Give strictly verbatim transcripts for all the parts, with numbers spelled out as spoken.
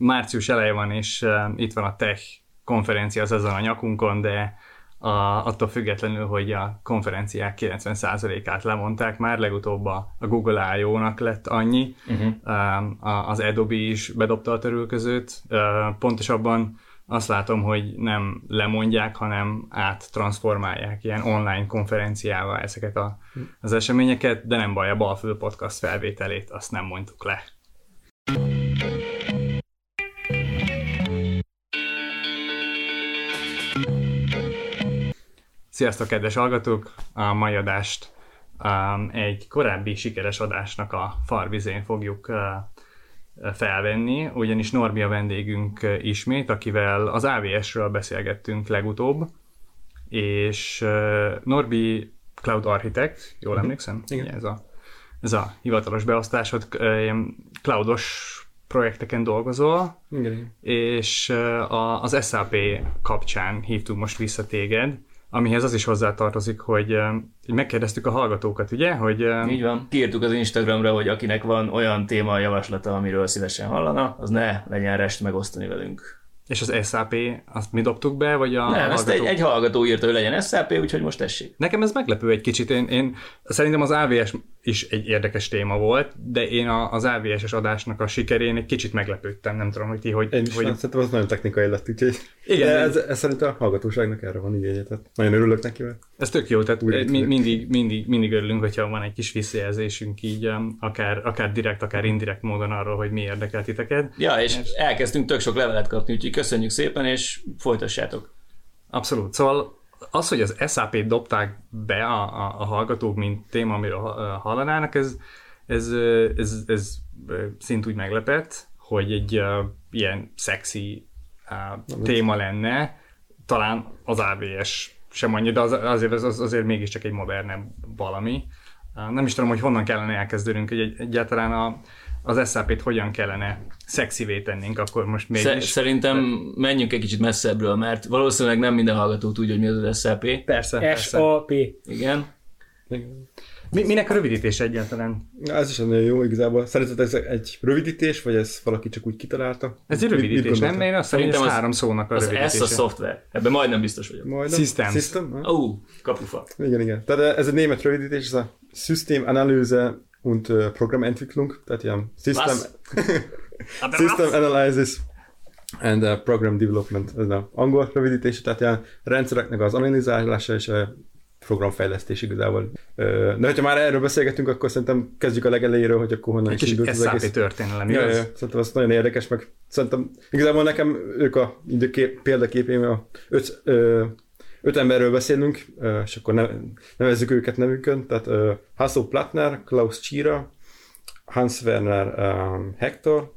március eleje van, és uh, itt van a tech konferencia az ezen a nyakunkon, de a, attól függetlenül, hogy a konferenciák kilencven százalékát lemondták már, legutóbb a, a Google I O-nak lett annyi, uh-huh. uh, az Adobe is bedobta a törülközőt, uh, pontosabban azt látom, hogy nem lemondják, hanem áttranszformálják ilyen online konferenciával ezeket a, az eseményeket, de nem baj, a Balföld Podcast felvételét azt nem mondtuk le. Sziasztok, kedves hallgatók! A mai adást um, egy korábbi sikeres adásnak a farvizén fogjuk uh, felvenni, ugyanis Norbi a vendégünk ismét, akivel az á vé es-ről beszélgettünk legutóbb, és uh, Norbi Cloud Architect, jól emlékszem? Igen. Ez a, ez a hivatalos beosztásod, ilyen cloudos projekteken dolgozol, Igen. és uh, a, az es á pé kapcsán hívtuk most vissza téged, amihez az is hozzátartozik, hogy, hogy megkérdeztük a hallgatókat, ugye? Hogy, így van. Kiírtuk az Instagramra, hogy akinek van olyan téma javaslata, amiről szívesen hallana, az ne legyen rest megosztani velünk. És az es á pé, azt mi dobtuk be, vagy a Nem, hallgató? ezt egy, egy hallgató írta, hogy legyen es á pé, úgyhogy most tessék. Nekem ez meglepő egy kicsit. Én, én szerintem az á vé es is egy érdekes téma volt, de én a, az á vé es-es adásnak a sikerén egy kicsit meglepődtem. Nem tudom, hogy ti, hogy... Én is hogy... hogy... szerintem az nagyon technikai lett, úgyhogy igen, de ez, ez szerintem a hallgatóságnak erre van igénye, tehát nagyon örülök neki. Mert... Ez tök jó, tehát mi, mindig, mindig, mindig örülünk, hogyha van egy kis visszajelzésünk így, akár, akár direkt, akár indirekt módon arról, hogy mi érdekel titeket. Ja, és, és elkezdtünk tök sok levelet kapni, úgyhogy köszönjük szépen, és folytassátok. Abszolút. Szóval az, hogy az es á pét dobták be a, a, a hallgatók, mint téma, amiről hallanának, ez, ez, ez, ez szint úgy meglepett, hogy egy uh, ilyen szexi uh, téma lenne. Talán az á vé es sem annyi, de az, azért, az, azért mégiscsak egy modernebb valami. Uh, nem is tudom, hogy honnan kellene elkezdenünk, hogy egy, egyáltalán a, az es á pét hogyan kellene szexivé tennénk, akkor most mégis. Szerintem menjünk egy kicsit messzebbről, mert valószínűleg nem minden hallgató tudja, hogy mi az az es á pé. Persze, es á pé. Igen. Mi, minek a rövidítés egyáltalán? Ez is nagyon jó igazából. Szerinted ez egy rövidítés, vagy ez valaki csak úgy kitalálta? Ez egy rövidítés, nem? Én azt szerintem ez három szónak a az rövidítése. Ez a szoftver. Ebben majdnem biztos vagyok. Majdnem. Systems. System? Ó, uh, kapufa. Igen, igen. Tehát ez egy német rövidítés, ez a Systemanalyse und uh, Programmentwicklung, tehát ilyen System, system Analysis and uh, Program Development, ez az angol rövidítés, tehát ilyen rendszereknek az analizálása és a programfejlesztés igazából. De hogyha már erről beszélgetünk, akkor szerintem kezdjük a legelejéről, hogy akkor honnan egy is indult az egész. történelem. Ja, ja, szerintem az nagyon érdekes, meg szerintem igazából nekem ők a időkép, példaképém, a öt, ö, öt emberről beszélünk, ö, és akkor ne, nevezzük őket nevükön, tehát ö, Hasso Plattner, Klaus Tschira, Hans Werner um, Hector,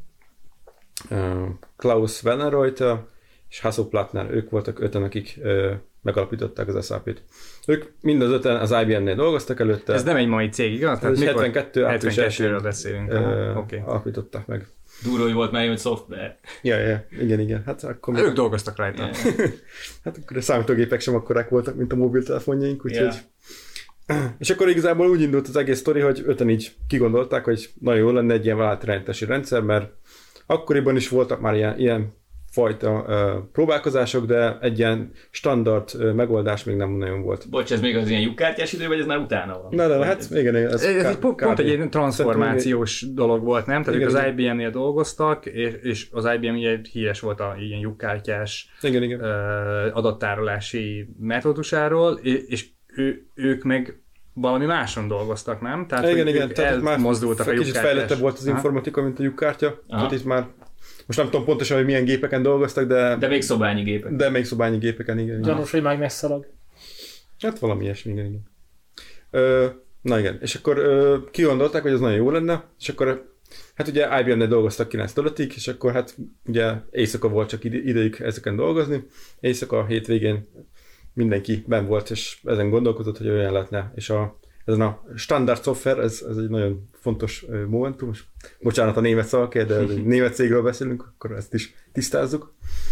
uh, Klaus Wernerreuter és Hasso Plattner, ők voltak öten, akik ö, megalapították az es á pét. Ők mind az öten az i bé em-nél dolgoztak előtte. Ez nem egy mai cég, igaz? Ez hetvenkettő április elsejéről beszélünk. Uh, okay. Alapították meg. Durva, hogy volt már egy szoftver. Ja, ja, igen, igen. Hát akkor hát ők dolgoztak rajta. Yeah. Hát akkor a számítógépek sem akkorák voltak, mint a mobiltelefonjaink, úgyhogy... Yeah. És akkor igazából úgy indult az egész sztori, hogy öten így kigondolták, hogy nagyon jó lenne egy ilyen vállalatirányítási rendszer, mert akkoriban is voltak már ilyen, ilyen fajta uh, próbálkozások, de egy ilyen standard uh, megoldás még nem nagyon volt. Bocs, ez még az ilyen lyukkártyás idő, vagy ez már utána van? Na, de hát igen, ez, ez ká- egy pont, pont egy ilyen transformációs igen, dolog volt, nem? Tehát igen, ők az igen. i bé em-nél dolgoztak, és, és az i bé em ugye híres volt a ilyen lyukkártyás igen, igen. Uh, adattárolási metódusáról, és ő, ők meg valami máson dolgoztak, nem? Tehát igen, igen. Tehát már mozdultak a lyukkártyás. Kicsit fejlettebb volt az informatika, mint a lyukkártya. Tehát itt már most nem tudom pontosan, hogy milyen gépeken dolgoztak, de... De még szobányi gépeken. De még szobányi gépeken, igen. Gyanús, hogy már messzalag. Hát valami ilyesmi, igen, igen. Ö, na igen, és akkor ö, kigondolták, hogy az nagyon jó lenne, és akkor hát ugye i bé em-nél dolgoztak kilenctől ötig, és akkor hát ugye éjszaka volt csak ideig ezeken dolgozni. Éjszaka, a hétvégén mindenki benn volt, és ezen gondolkodott, hogy olyan lehetne, és a ezen a standard szoftver, ez, ez egy nagyon fontos momentum, és bocsánat a német szavakért, de egy német cégről beszélünk, akkor ezt is tisztázzuk.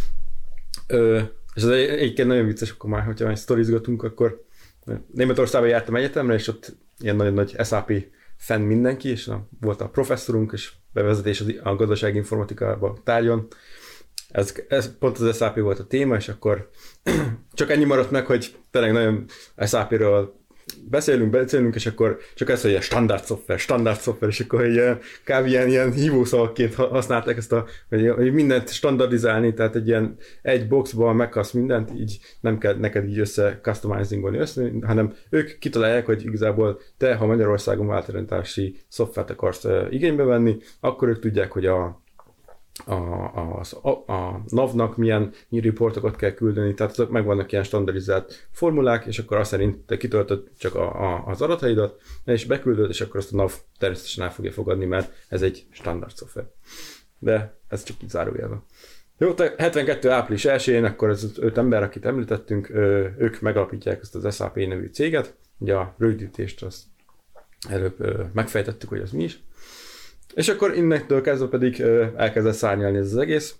Ö, és ez egyébként nagyon vicces, akkor már, hogyha már sztorizgatunk, akkor Németországban jártam egyetemre, és ott ilyen nagyon nagy es á pé fenn mindenki, és na, volt a professzorunk, és bevezetés a gazdasági informatikába tárgyon. Ez, ez pont az es á pé volt a téma, és akkor csak ennyi maradt meg, hogy tényleg nagyon es á péről beszélünk, beszélünk, és akkor csak ez, hogy ilyen standard szoftver, standard szoftver, és akkor ilyen, kb. ilyen, ilyen hívószavakként használták ezt a, hogy, hogy mindent standardizálni, tehát egy ilyen egy boxban meghasz mindent, így nem kell neked így össze customizingolni össze, hanem ők kitalálják, hogy igazából te, ha Magyarországon változtatási szoftvert akarsz uh, igénybe venni, akkor ők tudják, hogy a A, a, a, a nav-nak milyen reportokat kell küldeni, tehát azok meg vannak ilyen standardizált formulák, és akkor azt szerint te kitöltöd csak a, a, az adataidat, és beküldöd, és akkor azt a nav természetesen el fogja fogadni, mert ez egy standard szoftver. De ez csak így zárójelben. Jó, hetvenkettő április elsején, akkor ez az öt ember, akit említettünk, ők megalapítják ezt az es á pé nevű céget, ugye a rövidítést azt előbb megfejtettük, hogy az mi is. És akkor innentől kezdve pedig elkezdett szárnyalni ez az egész.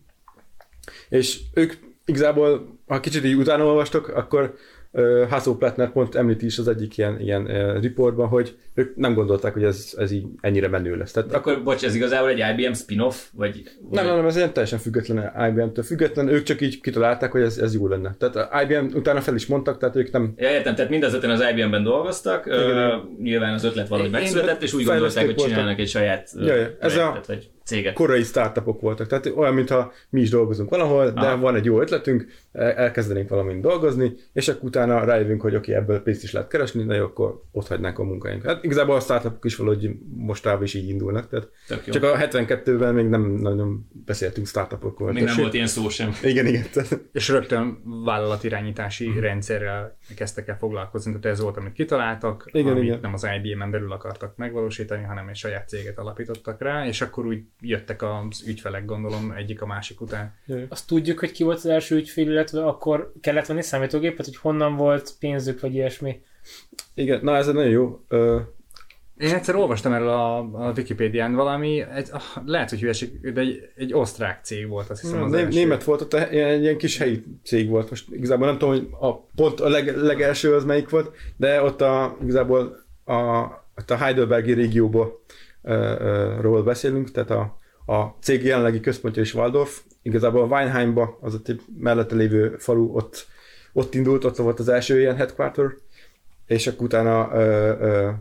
És ők igazából, ha kicsit így utána olvastok, akkor Hasso Plattner pont említi is az egyik ilyen, ilyen reportban, hogy ők nem gondolták, hogy ez, ez így ennyire menő lesz. Tehát akkor, akkor, bocs, ez igazából egy i bé em spin-off? Vagy, nem, nem, nem, ez ilyen teljesen független i bé em-től független, ők csak így kitalálták, hogy ez, ez jó lenne. Tehát a i bé em utána fel is mondtak, tehát ők nem... Ja, értem, tehát mind az öten az i bé em-ben dolgoztak, uh, nyilván az ötlet valahogy megszületett, és úgy gondolták, hogy csinálnak voltak. Egy saját ja, ja. Ez projektet, a... vagy céget. Korai startupok voltak, tehát olyan, mintha mi is dolgozunk valahol, de ah. van egy jó ötletünk, elkezdenénk valamint dolgozni, és akkor utána rájövünk, hogy oké, okay, ebből pénzt is lehet keresni, de akkor ott hagynánk a munkáink. Hát igazából a startupok is valahogy mostában is így indulnak, tehát csak a hetvenkettőben még nem nagyon beszéltünk startupokról. Még nem volt ilyen szó sem. Igen, igen. És rögtön vállalatirányítási hmm. rendszerrel kezdtek el foglalkozni, tehát ez volt, amit kitaláltak, igen, amit igen. nem az i bé em-en belül akartak megvalósítani, hanem egy saját céget alapítottak rá, és akkor úgy jöttek az ügyfelek, gondolom, egyik a másik után. Jaj. Azt tudjuk, hogy ki volt az első ügyfél, illetve akkor kellett venni számítógépet, hogy honnan volt pénzük, vagy ilyesmi. Igen, na ez egy nagyon jó. Uh... Én egyszer olvastam erről a, a Wikipédián valami, egy, lehet, hogy hülyeség, de egy, egy osztrák cég volt, azt hiszem az Né- első. Német volt, ott egy ilyen kis helyi cég volt. Most igazából nem tudom, hogy a, pont a leg, legelső az melyik volt, de ott a, igazából a, a Heidelbergi régióból uh, uh, ról beszélünk, tehát a, a cég jelenlegi központja is Waldorf. Igazából a Weinheimba, az ott egy mellette lévő falu, ott, ott indult, ott volt az első ilyen headquarter, és akkor utána uh, uh,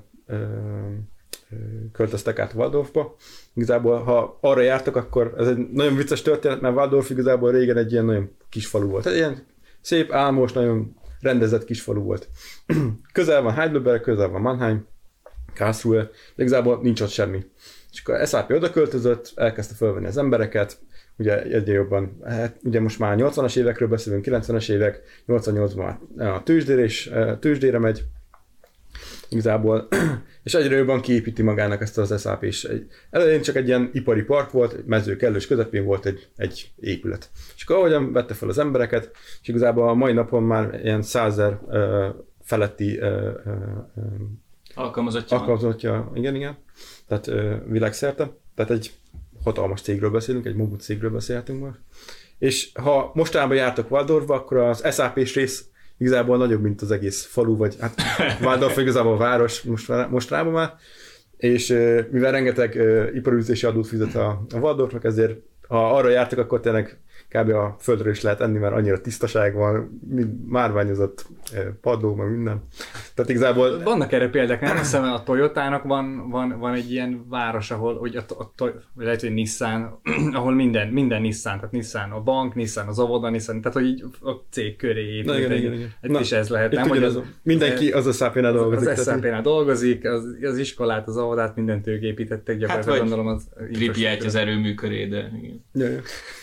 költöztek át Waldorfba. Igazából, ha arra jártak, akkor ez egy nagyon vicces történet, mert Waldorf igazából régen egy ilyen nagyon kis falu volt. Egy ilyen szép, álmos, nagyon rendezett kis falu volt. Közel van Heidelberg, közel van Mannheim, Karlsruhe, de igazából nincs ott semmi. És akkor es á pé oda költözött, elkezdte felvenni az embereket, ugye egyre jobban, hát ugye most már nyolcvanas évekről beszélünk, kilencvenes évek, nyolcvannyolcban a tőzsdére, és tőzsdére megy, igazából, és egyre jobban kiépíti magának ezt az es á pé is. Elején csak egy ilyen ipari park volt, mező kellős közepén volt egy, egy épület. És akkor ahogyan vette fel az embereket, és igazából a mai napon már ilyen százezer uh, feletti uh, uh, alkalmazottja. alkalmazottja, igen, igen, tehát uh, világszerte. Tehát egy hatalmas cégről beszélünk, egy Mobu cégről beszélhetünk most. És ha mostanában jártok Waldorfba, akkor az es á pés rész igazából nagyobb, mint az egész falu, vagy hát Waldorf igazából a város most, mostanában már, és mivel rengeteg uh, iparűzési adót fizet a, a Waldorfnak, ezért ha arra jártak, akkor tényleg kb. A földről is lehet enni, mert annyira tisztaság van, márványozott uh, padló, meg minden. Tehát igazából... Vannak erre példák, nem? Azt hiszem, a Toyotának van, van, van egy ilyen város, ahol, hogy a, a, a, lehet, hogy Nissan, ahol minden, minden Nissan, tehát Nissan a bank, Nissan az óvoda, Nissan, tehát hogy így a cég köré épült. Igen, igen, igen. Na, és ez lehet, nem? Hogy az, mindenki az es á pé-nál dolgozik. Az es á pé-nál dolgozik, az, az iskolát, az óvodát, mindent ők építettek, gyakorlatilag hát gondolom az... Pripyat az erőmű köré, de igen. Ja, ja.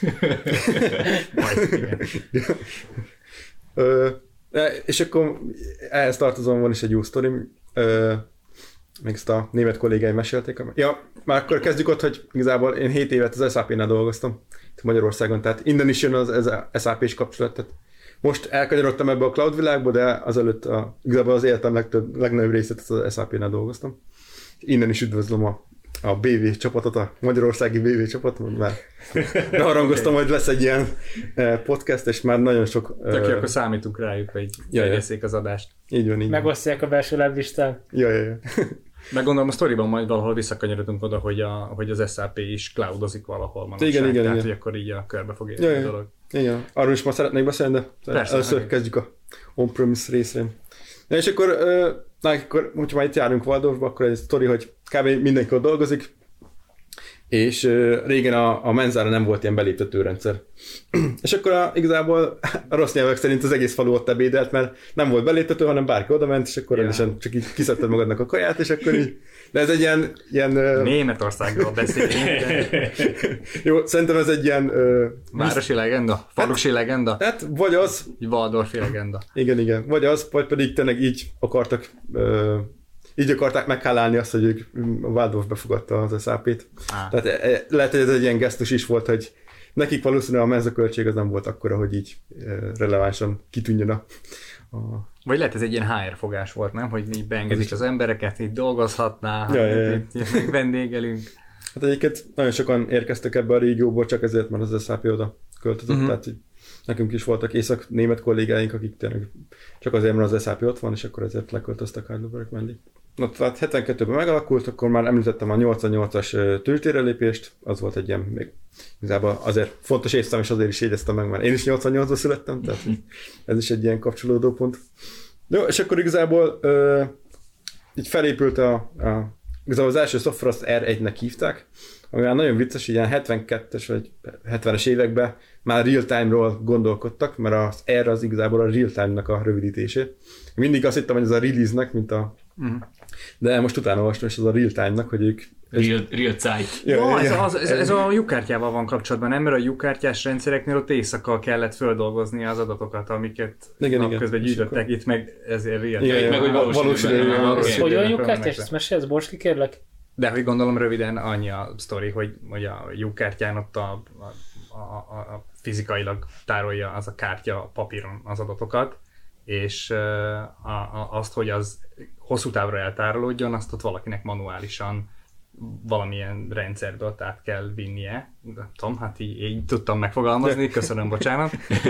Majd, igen. Ö, és akkor ehhez tartozom, van is egy jó sztori, ö, még ezt a német kollégáim mesélték. Ja, már akkor kezdjük ott, hogy igazából én hét évet az es á pé-nál dolgoztam Magyarországon, tehát innen is jön az es á pés kapcsolat. Tehát most elkanyarodtam ebbe a cloud világba, de azelőtt a, igazából az életem legtöbb, legnagyobb részét az es á pé-nál dolgoztam. Innen is üdvözlöm a a bé vé csapatot, a magyarországi bé vé csapatot, mert beharangoztam, hogy lesz egy ilyen podcast, és már nagyon sok... Tök jó, akkor számítunk rájuk, hogy terjesszék az adást. Így van, így Megosztják a belső láblistán. Ja, ja, ja. Meg gondolom a sztoriban majd valahol visszakanyarodunk oda, hogy, a, hogy az es á pé is cloudozik valahol manapság. Igen, igen, tehát, igen. hogy akkor így a körbe fog érni Ja, a ja. dolog. Igen, arról is ma szeretnék beszélni, de Persze, először meg. kezdjük a on-premise részre. Na és akkor, ö, na, akkor hogyha már itt járunk Waldorfba, akkor egy sztori, hogy kb. Mindenki ott dolgozik, és ö, régen a, a menzára nem volt ilyen beléptető rendszer. És akkor a, igazából a rossz nyelvek szerint az egész falu ott ebédelt, mert nem volt beléptető, hanem bárki oda ment, és akkor Ja. rendesen csak így kiszedted magadnak a kaját, és akkor így, de ez egy ilyen, ilyen ö, Németországról beszélünk, de jó, szerintem ez egy ilyen ö, városi legenda, falusi legenda, hát vagy az, egy Waldorfi legenda. igen, igen. Vagy az, vagy pedig tényleg így akartak, ö, így akarták meghálálni azt, hogy ők a Waldorf befogadta az es á pét. Á. Tehát e, lehet, hogy ez egy ilyen gesztus is volt, hogy nekik valószínűleg a menzaköltség az nem volt akkora, hogy így ö, relevánsan kitűnjön a, a... Vagy lehet ez egy ilyen há er fogás volt, nem? Hogy így beengedik az embereket, így dolgozhatná, Ja, ja, ja. itt, itt meg vendégelünk. Hát egyébként nagyon sokan érkeztek ebbe a régióból, csak ezért, mert az es á pé oda költözött, Mhm. uh-huh. tehát így nekünk is voltak észak-német kollégáink, akik tényleg csak azért, mert az es á pé ott van, és akkor ezért leköltöztek Heidelberg mellé. Na, tehát hetvenkettőben megalakult, akkor már említettem a nyolcvannyolcas tűztérre lépést, az volt egy ilyen még igazából azért fontos évszám, és azért is jegyeztem meg, mert én is nyolcvannyolcban születtem, tehát ez is egy ilyen kapcsolódó pont. Jó, és akkor igazából ö, így felépült a, a igazából az első szoftver azt er egynek hívták, ami már nagyon vicces, ilyen hetvenkettes vagy hetvenes években már real-time-ról gondolkodtak, mert az R az igazából a real-time-nak a rövidítésé. Mindig azt hittem, hogy ez a release-nek, mint a... Uh-huh. De most utána olvastam, és ez a real-time-nak, hogy ők... Real, real Zeit. Ja, Ja, ez, ja. az, ez, ez a lyukkártyával van kapcsolatban, nem? Mert a lyukkártyás rendszereknél ott éjszaka kellett földolgozni az adatokat, amiket Igen, napközben igen. gyűjtöttek, itt meg ezért real Igen, time. meg, hogy valós valós időben. időben. Ah, Valós oké. Hogy olyan időben lyukkártyás, fölmennek ezt mesélsz, bocs ki kérlek? De hogy gondolom röviden annyi a sztori, hogy, hogy a lyukkártyán ott a, a, a, a, a fizikailag tárolja az a kártya a papíron az adatokat, és uh, a, a, azt, hogy az hosszú távra eltárolódjon, azt ott valakinek manuálisan valamilyen rendszerből át kell vinnie. Nem tudom, hát így, így tudtam megfogalmazni, köszönöm, bocsánat.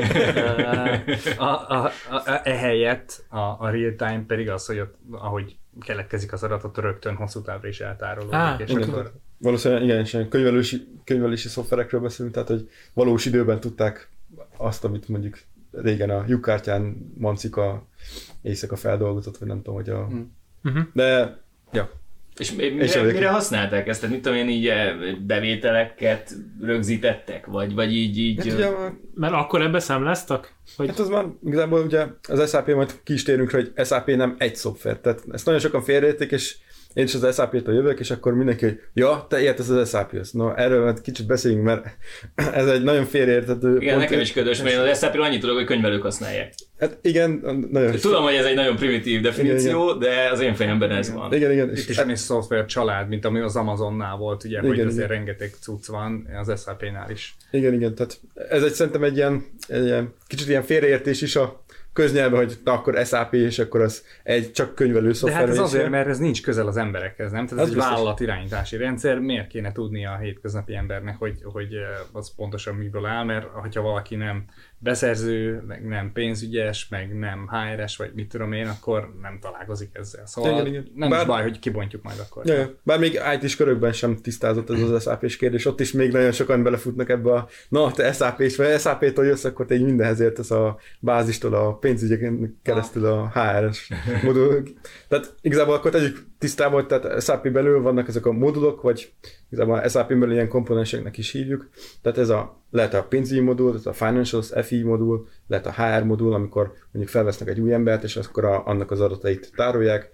a, a, a, a, ehelyett a, a real-time pedig az, hogy ott, ahogy keletkezik az adatot, rögtön hosszú távra is eltárolódik. Á, és igen. akkor Valószínűleg igen, és ilyen könyvelési, könyvelési szoftverekről beszélünk, tehát hogy valós időben tudták azt, amit mondjuk régen a lyukkártyán Mancika éjszaka feldolgozott, vagy nem tudom, hogy a... Uh-huh. De, ja. És mire, És mire, ezek- mire használták ezt? Tehát mit tudom én, így eh, bevételeket rögzítettek? Vagy, vagy így... így Hát ugye, már- Mert akkor ebbe számláztak? Hogy... hát az már igazából ugye az es á pé, majd ki is térünk rá, hogy es á pé nem egy szoftver, tehát ezt nagyon sokan félreérték, és én is az es á pé-től jövök, és akkor mindenki, hogy ja, te értesz az es á pé-hez. No, erről majd kicsit beszéljünk, mert ez egy nagyon félreérthető igen, nekem is ködös, mert én az es á pé-ről annyit tudok, hogy könyvelők használják. Hát igen, nagyon... Tudom, hogy ez egy nagyon primitív definíció, de az én fejemben ez van. Igen, igen. itt És is van egy szoftver család, mint ami az Amazonnál volt, ugye, Igen, hogy azért igen. rengeteg cucc van, az es á pé-nál is. Igen, igen, tehát ez egy szerintem egy ilyen, egy ilyen kicsit ilyen félreértés is a köznyelven, hogy na akkor es á pé, és akkor az egy csak könyvelő De szoftver. hát ez és azért, ilyen. mert ez nincs közel az emberekhez, nem? Tehát Az ez egy biztos. vállalatirányítási rendszer, miért kéne tudnia a hétköznapi embernek, hogy, hogy az pontosan miből áll, mert ha valaki nem beszerző, meg nem pénzügyes, meg nem há er es, vagy mit tudom én, akkor nem találkozik ezzel. Szóval Igen, igen. nem Bár- is baj, hogy kibontjuk majd akkor. Ja, ja. Bár még í té-s körökben sem tisztázott ez az es á pés kérdés, ott is még nagyon sokan belefutnak ebbe a na, te es á pés, vagy es á pé-től jössz, akkor te így mindenhez értesz a bázistól, a pénzügyeken keresztül a há er es modul. Tehát igazából akkor tegyük tisztába, hogy tehát es á pé belül vannak ezek a modulok, vagy igazából es á pé belül ilyen komponenseknek is hívjuk. Tehát ez a, lehet a pénzügyi modul, ez a financials, ef i modul, lehet a há er modul, amikor mondjuk felvesznek egy új embert, és akkor a, annak az adatait tárolják,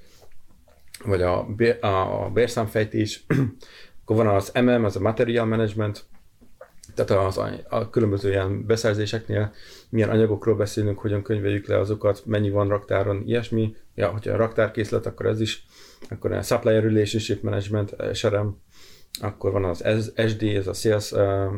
vagy a, bér, a, a bérszámfejtés, akkor van az em em, az a material management, tehát az, a, a különböző ilyen beszerzéseknél milyen anyagokról beszélünk, hogyan könyveljük le azokat, mennyi van raktáron, ilyesmi. Ja, hogyha a raktárkészlet, akkor ez is. Akkor a supplier relationship management, es er em, akkor van az es dé, ez a sales, uh,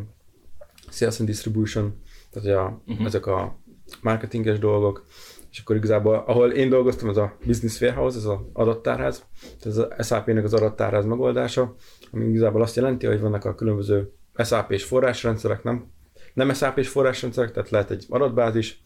sales and distribution, tehát a, uh-huh. ezek a marketinges dolgok, és akkor igazából, ahol én dolgoztam, ez a business warehouse, ez az adattárház, tehát ez az es á pé-nek az adattárház megoldása, ami igazából azt jelenti, hogy vannak a különböző es á pés forrásrendszerek, nem, nem es á pés forrásrendszerek, tehát lehet egy adatbázis,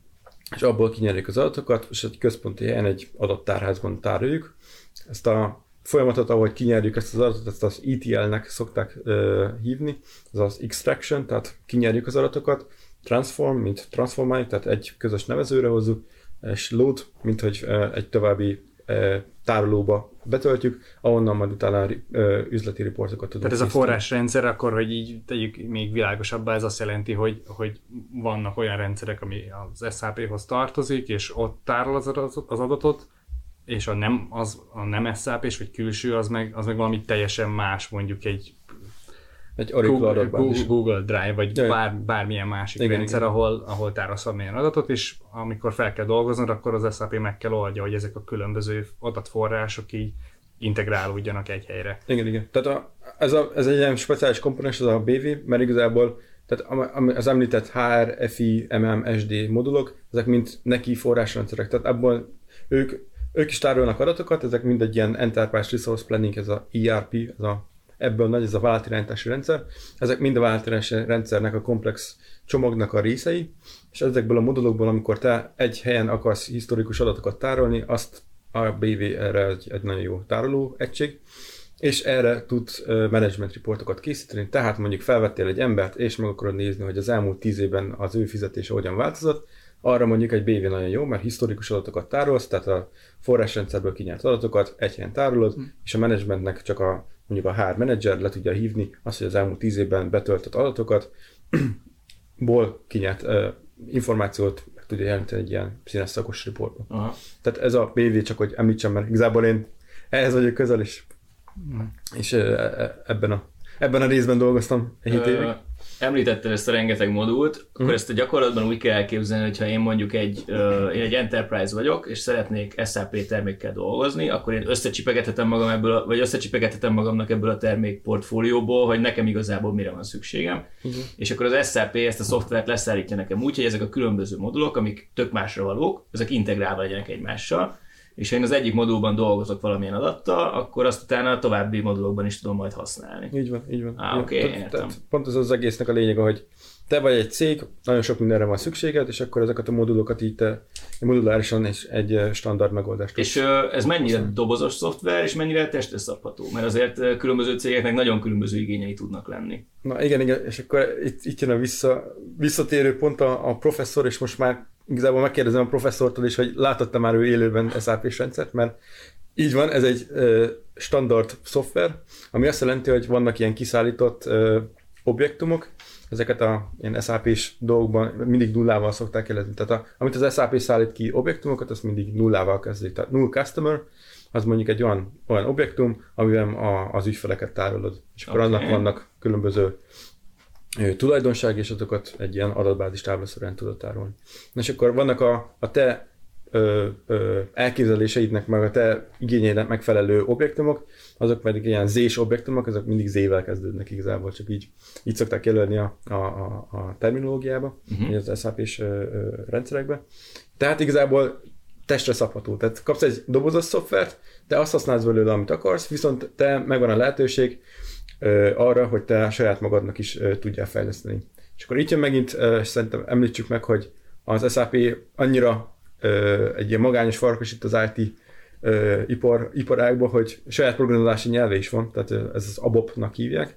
és abból kinyerik az adatokat, és egy központi helyen egy adattárházban tároljuk. Ezt a folyamatot, ahogy kinyerjük ezt az adatot, ezt az E T L-nek szokták uh, hívni, ez az extraction, tehát kinyerjük az adatokat, transform, mint transformáljuk, tehát egy közös nevezőre hozzuk, és load, mint hogy uh, egy további uh, tárolóba betöltjük, ahonnan majd utána uh, üzleti riportokat tudunk. Tehát ez a forrásrendszer, akkor, hogy így tegyük még világosabbá, ez azt jelenti, hogy, hogy vannak olyan rendszerek, ami az S A P-hoz tartozik, és ott tárol az adatot, az adatot, és a nem, az, a nem S A P-s vagy külső, az meg, az meg valami teljesen más, mondjuk egy, egy Google, Google, Google Drive, vagy Jaj. bár, bármilyen másik igen, rendszer, igen. ahol, ahol tárolsz valamilyen adatot, és amikor fel kell dolgoznod, akkor az S A P meg kell oldja, hogy ezek a különböző adatforrások így integrálódjanak egy helyre. Igen, igen. Tehát a, ez, a, ez egy ilyen speciális komponens, az a B V, mert igazából tehát az említett H R, F I, M M, S D modulok, ezek mind neki forrásrendszerek. Tehát abból ők, ők is tárolnak adatokat, ezek mind egy ilyen Enterprise Resource Planning, ez a E R P, ez a, ebből nagy, ez a vállalatirányítási rendszer. Ezek mind a vállalatirányítási rendszernek a komplex csomagnak a részei, és ezekből a modulokból, amikor te egy helyen akarsz historikus adatokat tárolni, azt a B V erre egy, egy nagyon jó tároló egység, és erre tudsz uh, management reportokat készíteni, tehát mondjuk felvettél egy embert, és meg akarod nézni, hogy az elmúlt tíz évben az ő fizetése hogyan változott, arra mondjuk egy B V nagyon jó, mert historikus adatokat tárolsz, tehát a forrásrendszerből kinyert adatokat egy helyen tárolod, hmm. és a managementnek csak a mondjuk a H R manager le tudja hívni azt, hogy az elmúlt tíz évben betöltött adatokat, ból kinyert uh, információt meg tudja jelenteni egy ilyen színes szakos riportba. Aha. Tehát ez a B V, csak hogy említsem, mert igazából én ehhez vagyok közel, és, mm. és ebben, a, ebben a részben dolgoztam egy hét évig. Említetted ezt a rengeteg modult, akkor mm. ezt a gyakorlatban úgy kell elképzelni, hogyha én mondjuk egy, uh, én egy enterprise vagyok, és szeretnék S A P termékkel dolgozni, akkor én összecsipegethetem magam ebből, a, vagy összecsipegethetem magamnak ebből a termék portfólióból, hogy nekem igazából mire van szükségem. Mm. És akkor az S A P ezt a szoftvert leszállítja nekem úgy, hogy ezek a különböző modulok, amik tök másra valók, ezek integrálva legyenek egymással, és ha én az egyik modulban dolgozok valamilyen adattal, akkor azt utána a további modulokban is tudom majd használni. Így van, így van. Á, oké, okay, értem. Tehát pont ez az egésznek a lényege, hogy te vagy egy cég, nagyon sok mindenre van szükséged, és akkor ezeket a modulokat így te modulárisan és egy standard megoldást. És uh, ez mennyire hozzá. Dobozos szoftver, és mennyire testre szabható? Mert azért különböző cégeknek nagyon különböző igényei tudnak lenni. Na igen, igen, és akkor itt, itt jön a vissza, visszatérő pont a, a professzor, és most már igazából megkérdezem a professzortól is, hogy látott már ő élőben S A P-s rendszert, mert így van, ez egy uh, standard szoftver, ami azt jelenti, hogy vannak ilyen kiszállított uh, objektumok, ezeket a ilyen S A P-s dolgokban mindig nullával szokták jelezni. Tehát a, amit az S A P szállít ki objektumokat, azt mindig nullával kezdik. Tehát null customer, az mondjuk egy olyan, olyan objektum, amiben a, az ügyfeleket tárolod. És akkor okay. annak vannak különböző tulajdonság, és azokat egy ilyen adatbázis táblaszerűen tudod tárolni. És akkor vannak a, a te ö, ö, elképzeléseidnek, meg a te igényeinek megfelelő objektumok, azok pedig ilyen Z-s objektumok, azok mindig Z-vel kezdődnek igazából, csak így, így szokták jelölni a, a, a, a terminológiába, uh-huh. az S A P-s ö, ö, rendszerekbe. Tehát igazából testre szabható. Tehát kapsz egy dobozos szoftvert, te azt használsz belőle, amit akarsz, viszont te megvan a lehetőség ö, arra, hogy te saját magadnak is ö, tudjál fejleszteni. És akkor itt jön megint, ö, szerintem említsük meg, hogy az S A P annyira ö, egy ilyen magányos farkas itt az I T ö, ipar, iparágban, hogy saját programozási nyelve is van, tehát ö, ez az A B O P-nak hívják.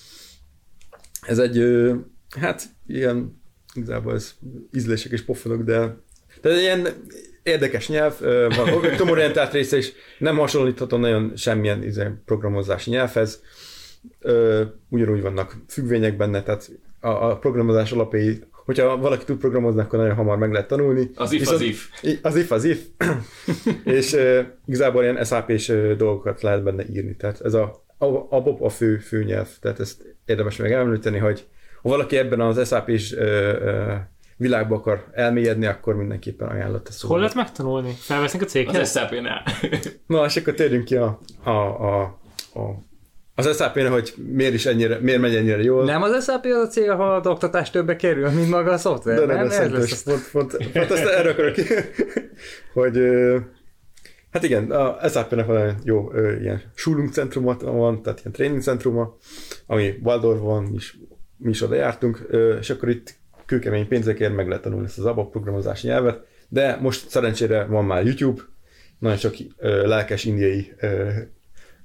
Ez egy, ö, hát ilyen, igazából ez ízlések és pofonok, de tehát ilyen érdekes nyelv, van objektumorientált része is, nem hasonlítható nagyon semmilyen izé, programozási nyelvhez. Ugyanúgy vannak függvények benne, tehát a, a programozás alapjai, hogyha valaki tud programozni, akkor nagyon hamar meg lehet tanulni. Az if, Viszont, az if. Az if, az if. És uh, igazából ilyen S A P-s uh, dolgokat lehet benne írni. Tehát ez a, a, a B O P a fő, fő nyelv. Tehát ezt érdemes meg említeni, hogy ha valaki ebben az S A P-s uh, uh, világba akar elmélyedni, akkor mindenképpen ajánlott ezt. Hol lehet megtanulni? Felvesznek a céghez? Az S A P-nál. Na, és akkor térjünk ki a, a, a, a, az S A P-re, hogy miért is ennyire, miért megy ennyire jól. Nem az S A P az a cég, ahol az oktatás többe kerül, mint maga a szoftver. De nem, nem ez lesz. Pont, pont, pont ezt erre akarok ki, hogy hát igen, a S A P-nek van egy jó ilyen schulungcentruma van, tehát ilyen tréningcentruma, ami Waldorf van, mi is, mi is oda jártunk, és akkor itt kőkemény pénzekért meg lehet tanulni ezt az A B A P programozási nyelvet, de most szerencsére van már YouTube, nagyon sok ö, lelkes indiai ö,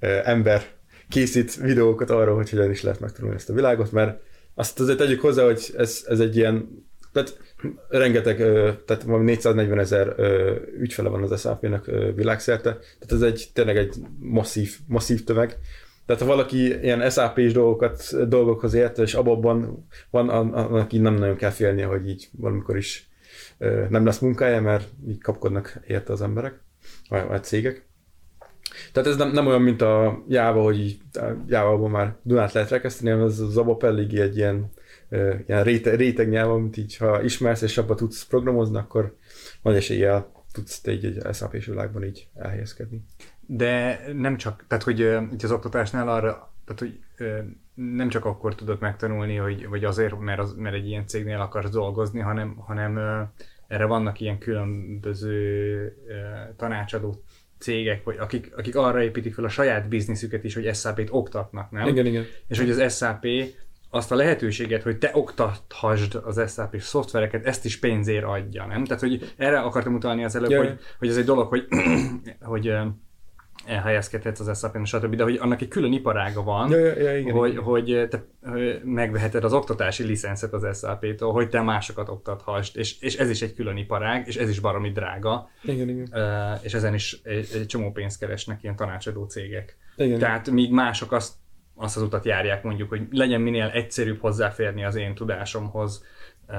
ember készít videókat arról, hogy hogyan is lehet megtanulni ezt a világot, mert azt azért tegyük hozzá, hogy ez, ez egy ilyen, tehát rengeteg, tehát valami négyszáznegyven ezer ügyfele van az es á pé-nek világszerte, tehát ez egy tényleg egy masszív, masszív tömeg. Tehát ha valaki ilyen es á pés dolgokat, dolgokhoz ért, és abban van, annak így nem nagyon kell félnie, hogy így valamikor is nem lesz munkája, mert így kapkodnak érte az emberek, vagy a cégek. Tehát ez nem, nem olyan, mint a Java, hogy így Java-ban már Dunát lehet rekeszteni, hanem ez az abban eléggé egy ilyen, ilyen réteg, réteg nyelv, amit így, ha ismersz és abban tudsz programozni, akkor nagy eséllyel tudsz te így egy es á pés világban így elhelyezkedni. De nem csak, tehát hogy így az oktatásnál arra, tehát hogy nem csak akkor tudod megtanulni, hogy, vagy azért, mert, az, mert egy ilyen cégnél akarsz dolgozni, hanem, hanem erre vannak ilyen különböző tanácsadó cégek, vagy akik, akik arra építik fel a saját bizniszüket is, hogy es á pét oktatnak, nem? Igen, igen. És hogy az es á pé azt a lehetőséget, hogy te oktathasd az es á pés szoftvereket, ezt is pénzért adja, nem? Tehát, hogy erre akartam utalni az előbb, yeah. hogy, hogy ez egy dolog, hogy, hogy elhelyezkedhetsz az es á pén, stb., de hogy annak egy külön iparága van, ja, ja, ja, igen, hogy, igen. hogy te megveheted az oktatási licenszet az es á pé-től, hogy te másokat oktathasd, és, és ez is egy külön iparág, és ez is baromi drága, igen, igen. Uh, és ezen is egy, egy csomó pénzt keresnek ilyen tanácsadó cégek. Igen, Tehát míg mások azt, azt az utat járják, mondjuk, hogy legyen minél egyszerűbb hozzáférni az én tudásomhoz, uh,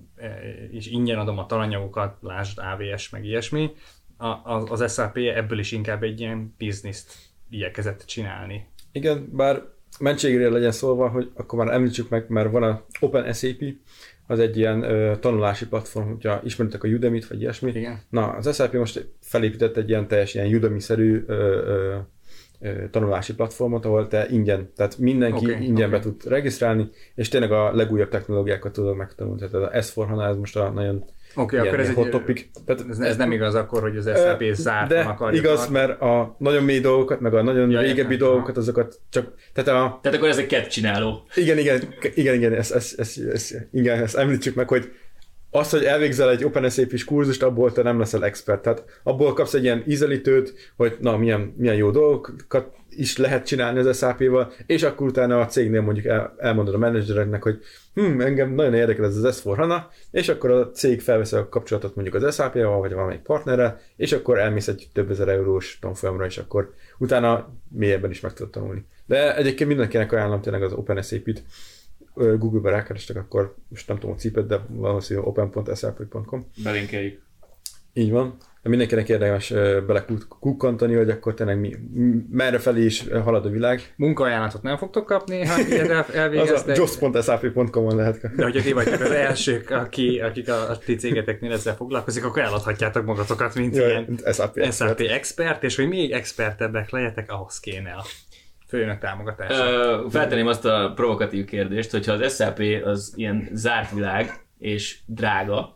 és ingyen adom a tananyagokat, lásd á vé es, meg ilyesmi, az es á pé ebből is inkább egy ilyen bizniszt igyekezett csinálni. Igen, bár mentségére legyen szólva, hogy akkor már említsük meg, mert van a OpenSAP, az egy ilyen ö, tanulási platform, hogyha ismeritek a Udemy-t, vagy ilyesmi. Igen. Na, az es á pé most felépített egy ilyen teljes ilyen Udemy-szerű ö, ö, ö, tanulási platformot, ahol te ingyen, tehát mindenki okay, ingyenbe okay. tud regisztrálni, és tényleg a legújabb technológiákat tudod megtanulni. Tehát az es négy hana, ez most a nagyon okay, ilyen, akkor ez hot egy, topic. Tehát, ez, ez nem igaz akkor, hogy az es á pé zárt de akarja. igaz, tart. mert a nagyon mély dolgokat, meg a nagyon ja, régebbi értem, dolgokat, azokat csak, tehát a... Tehát akkor ez egy kettcsináló. Igen, igen, igen, igen, ezt, ezt, ezt, ezt, igen, ezt említsük meg, hogy az, hogy elvégzel egy OpenSAP-is kurzust, abból te nem leszel expert. Tehát abból kapsz egy ilyen ízelítőt, hogy na, milyen, milyen jó dolgokat is lehet csinálni az es á pé-val, és akkor utána a cégnél mondjuk el, elmondod a menedzsereknek, hogy hm, engem nagyon érdekel ez az es négy hana, és akkor a cég felveszi a kapcsolatot mondjuk az es á pé-val, vagy valamelyik partnerrel, és akkor elmész egy több ezer eurós tanfolyamra, és akkor utána mélyebben is meg tudod tanulni. De egyébként mindenkinek ajánlom tényleg az OpenSAP-t, Google-be rákerestek, akkor most nem tudom a cípet, de valószínűleg open pont s á pé pont com. Belinkeljük. Így van. Mindenkinek érdemes belekukkantani, hogy akkor tényleg mi, merre felé is halad a világ. Munkaajánlatot nem fogtok kapni, ha ilyet elvégeztek. Az a jobs pont s á pé pont com-on lehet kapni. De hogyha ti vagytok az elsők, aki, akik a, a ti cégeteknél ezzel foglalkozik, akkor eladhatjátok magatokat, mint Jaj, ilyen es á pé es á pé expert, és hogy még expertebbek legyetek, ahhoz kéne a főnök támogatása. Uh, feltenném azt a provokatív kérdést, hogyha az es á pé az ilyen zárt világ és drága,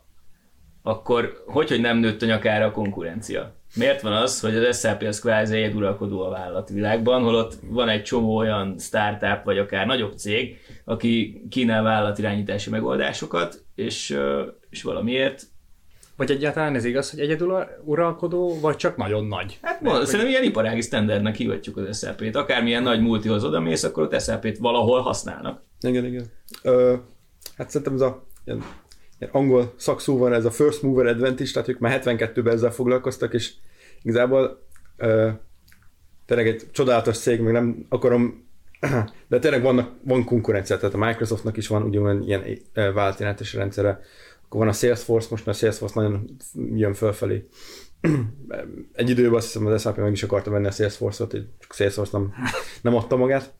akkor hogy, hogy nem nőtt a nyakára a konkurencia? Miért van az, hogy az es á pé az kvázi egyeduralkodó a vállalati világban, holott van egy csomó olyan startup, vagy akár nagyobb cég, aki kínál vállalatirányítási megoldásokat, és, és valamiért... Vagy egyáltalán ez igaz, hogy egyedül uralkodó, vagy csak nagyon nagy? Hát van, szerintem hogy... ilyen iparági standardnek hivatjuk az es á pét. Akármilyen nagy multihoz odamész, akkor ott es á pét valahol használnak. Igen, igen. Ö, hát szerintem ez a ilyen, ilyen angol szakszó van, ez a first mover advantage, tehát ők már hetvenkettőben ezzel foglalkoztak, és igazából ö, tényleg egy csodálatos cég, meg nem akarom, de tényleg vannak, van konkurencia, tehát a Microsoftnak is van ugyanolyan ilyen vállalatirányítási rendszere. Akkor van a Salesforce, most a Salesforce nagyon jön fölfelé. Egy időben azt hiszem az es á pé meg is akarta venni a Salesforce-ot, csak Salesforce nem, nem adta magát.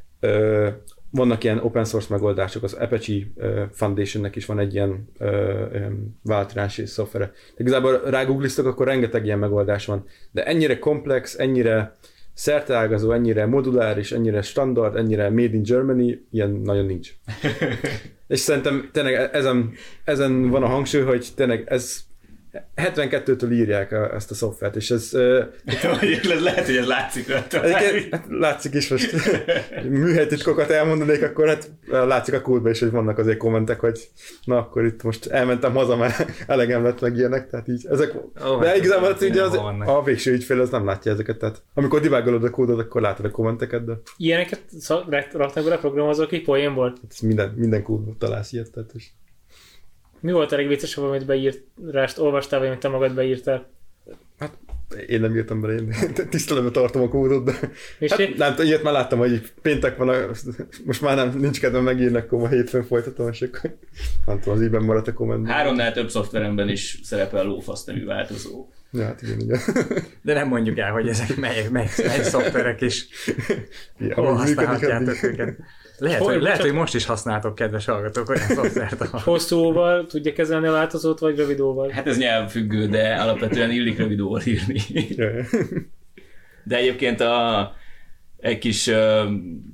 Vannak ilyen open source megoldások, az Apache Foundationnek is van egy ilyen vállalatirányítási szoftvere. De igazából rágoogliztok, akkor rengeteg ilyen megoldás van. De ennyire komplex, ennyire szerteágazó, ennyire moduláris, ennyire standard, ennyire made in Germany, ilyen nagyon nincs. És szerintem tényleg ezen, ezen van a hangsúly, hogy tényleg ez hetvenkettőtől írják a, ezt a szoftvert, és ez... Lehet, hogy ez látszik rajta. Hát látszik is, most műhelytitkokat elmondanék, akkor hát látszik a kódban is, hogy vannak azért kommentek, hogy na akkor itt most elmentem haza, mert elegem lett meg ilyenek, tehát így ezek... Oh, de hát igazából hát ugye az, a végső ügyfél az nem látja ezeket, tehát amikor divágolod a kódot, akkor látod a kommenteket, de... Ilyeneket raknak bele programozók így poénból? Minden, minden kódban találsz ilyet, tehát is. Mi volt a legviccesebb, amit beírást olvastál, vagy amit te magad beírtál? Hát én nem írtam bele, én tiszteletben tartom a kódot, de és hát, én... nem, ilyet már láttam, hogy péntek van, a, most már nem, nincs kedvem megírni, akkor ma hétfőn folytatom, és akkor nem tudom, az íben maradt a komment. Háromnál több szoftveremben is szerepel lófasz nevű változó. Ja, hát igen, igen. De nem mondjuk el, hogy ezek mely, mely, mely szoftverek is. Ja, hol használhatjátok őket. Lehet, hogy, lehet csak... hogy most is használtok, kedves hallgatók, olyan szoftvert. Hosszúval tudja kezelni a változót, vagy rövidóval? Hát ez nyelvfüggő, de alapvetően illik rövidóval írni. De egyébként a, egy kis uh,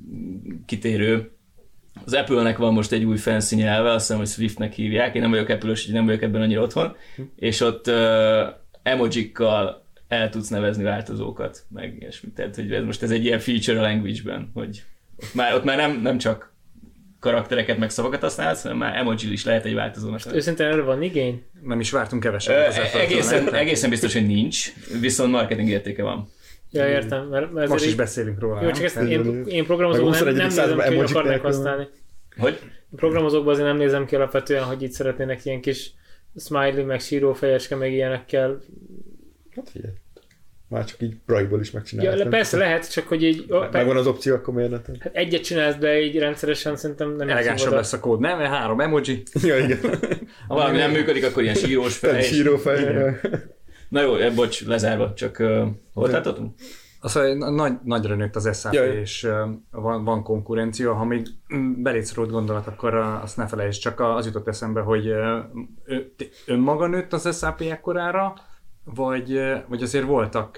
kitérő, az Apple-nek van most egy új fancy nyelve, azt hiszem, hogy Swiftnek hívják, én nem vagyok Apple-ös, így nem vagyok ebben annyira otthon, és ott uh, emojikkal el tudsz nevezni változókat, meg ilyesmit. Tehát, hogy ez most ez egy ilyen feature a language-ben, hogy ott már, ott már nem, nem csak karaktereket meg szavakat használsz, hanem már emoji is lehet egy változónak. Őszintén erre van igény? Nem is vártunk keveset. Ö, egészen, egészen biztos, hogy nincs, viszont marketing értéke van. Ja, értem. Mert, mert most is így... beszélünk róla. Jó, csak ezt én, én programozóban nem, nem nézem ki, hogy akarnak használni. Hogy? Programozókban azért nem nézem ki alapvetően, hogy itt szeretnének ilyen kis smiley, meg síró fejeske, meg ilyenekkel. Hát figyelj. Már csak így braiból is megcsinálják. Ja, persze lehet, csak hogy így... Meg, megvan az opció, akkor miért ne? Hát egyet csinálsz, de így rendszeresen szerintem nem... Elegánsabb lesz a kód, nem? Három emoji. Ja, igen. Ha valami nem működik, akkor ilyen sírós fej. Síró fej. Na jó, bocs, lezárva, csak uh, hol tartottunk? Azt nagy, nagyra nőtt az es á pé, ja, és uh, van, van konkurencia. Ha még beléd rót gondolat, akkor uh, azt ne felejtsd, csak az jutott eszembe, hogy uh, önmaga nőtt az es á pé ekkorára, vagy, vagy azért voltak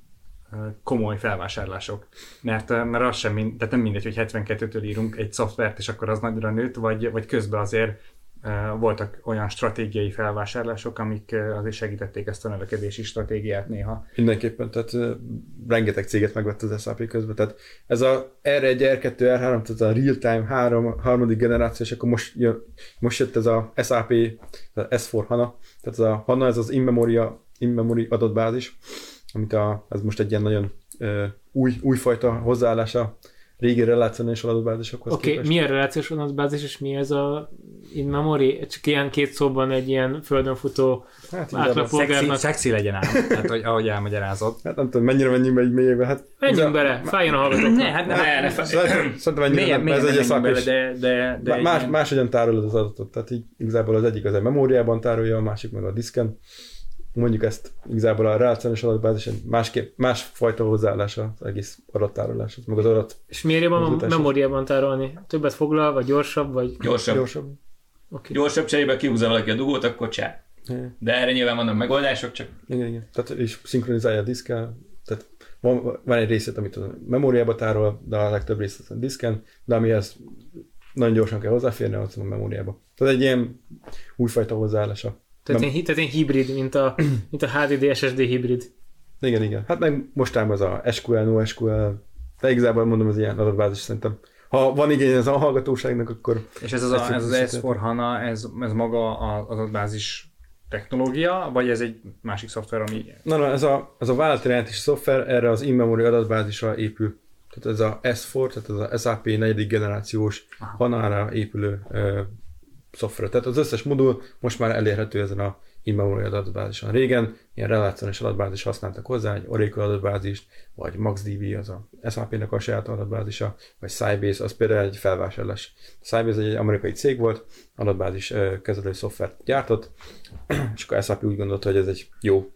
komoly felvásárlások. Mert, mert az sem mind, tehát nem mindegy, hogy hetvenkettőtől írunk egy szoftvert, és akkor az nagyra nőtt, vagy, vagy közben azért voltak olyan stratégiai felvásárlások, amik azért segítették ezt a növekedési stratégiát néha. Mindenképpen, tehát rengeteg céget megvett az es á pé közben, tehát ez a er egy, er kettő, er három, tehát a real-time három, harmadik generáció, és akkor most, jön, most jött ez a es á pé, az es négy HANA, tehát ez a HANA, ez az in-memory, in-memory adatbázis, amit a, ez most egy ilyen nagyon uh, új, újfajta hozzáállása régi relációs adatbázisokhoz Oké, okay, milyen relációs adatbázis, és mi ez a in-memory? Csak ilyen két szóban egy ilyen földön futó hát, átlagpolgárnak. Szexi, szexi legyen ám, tehát hogy, ahogy elmagyarázod. Hát nem tudom, mennyire menjünk be egy mélyébe. Hát, menjünk bele, fájjon a hallgatóknak. Ne, hát ne, ne, szerintem mennyire nem, ez egy szakos. De, de, de más, máshogyan tárolod az adatot, tehát így igazából az egyik az a memóriában tárolja, a másik meg a diszken. Mondjuk ezt igazából a relációs adatbázis másképp, másfajta hozzáállása az egész adattároláshoz, meg az adat. És miért jobban a memóriában tárolni? Többet foglal, vagy gyorsabb, vagy... Gyorsabb. Gyorsabb. Okay. Gyorsabb cserébe kihúzza valaki a dugót, akkor csá. Yeah. De erre nyilván vannak megoldások, csak... Igen, igen. Tehát és szinkronizálja a diszkel, tehát van, van egy részlet, amit a memóriába tárol, de a legtöbb részlet a diszken, de amihez nagyon gyorsan kell hozzáférni, az a memóriába. Tehát egy ilyen újfajta hozzáállása. Tehát én, tehát én hibrid, mint a, mint a há dé dé es es dé hibrid. Igen, igen. Hát meg mostában az a es kú el, NoSQL, de igazából mondom, az ilyen adatbázis szerintem. Ha van igény ez a hallgatóságnak, akkor... És ez az, a, ez az es négy HANA, ez, ez maga az adatbázis technológia, vagy ez egy másik szoftver, ami... Na, na, ez a, ez a vállalati jelentési szoftver erre az in-memory adatbázisra épül. Tehát ez a es négy, tehát ez az es á pé negyedik generációs HANA-ra épülő ö, szoftver. Tehát az összes modul most már elérhető ezen a in-memory adatbázison. Régen ilyen relációs adatbázis használtak hozzá, egy Oracle adatbázist, vagy MaxDB, az a es á pé-nek a saját adatbázisa, vagy Sybase, az például egy felvásárlás. Sybase egy amerikai cég volt, adatbázis kezelő szoftvert gyártott, és akkor es á pé úgy gondolta, hogy ez egy jó,